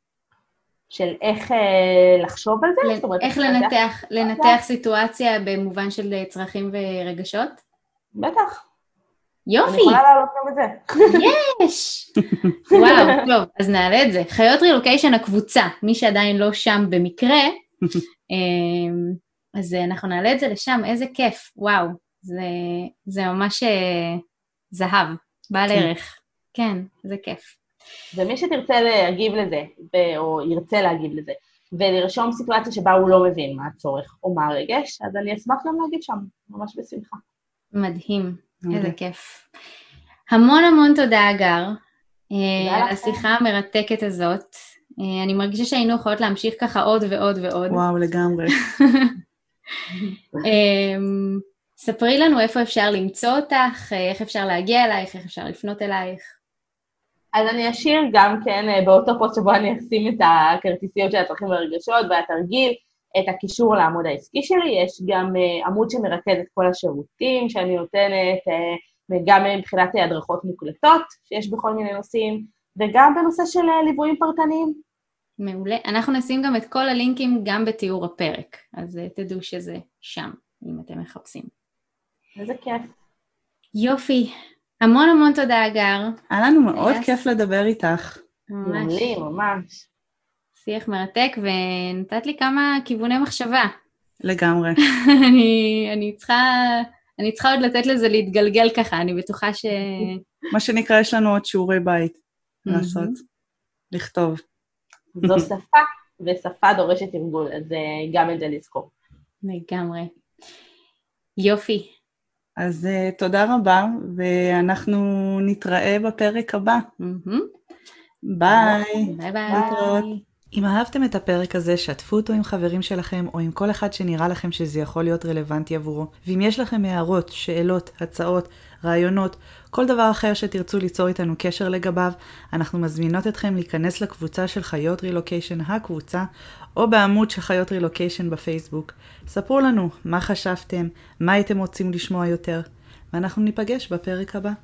של איך אה, לחשוב על זה? ל- איך לנתח, לנתח סיטואציה במובן של צרכים ורגשות? בטח. יופי. אני יכולה לעלות גם את זה. יש! וואו, טוב, אז נעלה את זה. חיות רילוקיישן הקבוצה, מי שעדיין לא שם במקרה, אז אנחנו נעלה את זה לשם, איזה כיף, וואו. זה, זה ממש זהב, בעל ערך. כן, זה כיף. ומי שתרצה להגיב לזה, או ירצה להגיב לזה, ולרשום סיטואציה שבה הוא לא מבין מה הצורך או מה הרגש, אז אני אשמח גם להגיד שם, ממש בשמחה. מדהים, איזה כיף. המון המון תודה, אגר, על השיחה המרתקת הזאת. אני מרגישה שהיינו יכולות להמשיך ככה עוד ועוד ועוד. וואו, לגמרי. ספרי לנו איפה אפשר למצוא אותך, איך אפשר להגיע אלייך, איך אפשר לפנות אלייך. אז אני אשאיר גם כן באותו פוסט שבו אני אשים את הכרטיסיות של הצרכים והרגשות והתרגיל, את הקישור לעמוד העסקי שלי, יש גם עמוד שמרכז את כל השירותים שאני נותנת, גם מבחינת הדרכות מוקלטות שיש בכל מיני נושאים, וגם בנושא של ליוויים פרטניים. מעולה. אנחנו נשים גם את כל הלינקים גם בתיאור הפרק, אז תדעו שזה שם, אם אתם מחפשים. איזה כיף. יופי. המון המון תודה, אגר. היה לנו מאוד כיף לדבר איתך. ממש. לי, ממש. שיח מרתק, ונתת לי כמה כיווני מחשבה. לגמרי. אני, אני צריכה, אני צריכה עוד לתת לזה להתגלגל ככה, אני בטוחה ש... מה שנקרא, יש לנו עוד שיעורי בית לעשות, לכתוב. זו שפה, ושפה דורשת תרגול, אז גם את זה לזכור. לגמרי. יופי. אז uh, תודה רבה, ואנחנו נתראה בפרק הבא. Mm-hmm. ביי. ביי ביי. אם אהבתם את הפרק הזה, שתפו אותו עם חברים שלכם, או עם כל אחד שנראה לכם שזה יכול להיות רלוונטי עבורו. ואם יש לכם הערות, שאלות, הצעות, רעיונות, כל דבר אחר שתרצו ליצור איתנו קשר לגביו, אנחנו מזמינות אתכם להיכנס לקבוצה של חיות רילוקיישן הקבוצה, או בעמוד של חיות רילוקיישן בפייסבוק. ספרו לנו מה חשבתם, מה הייתם רוצים לשמוע יותר, ואנחנו ניפגש בפרק הבא.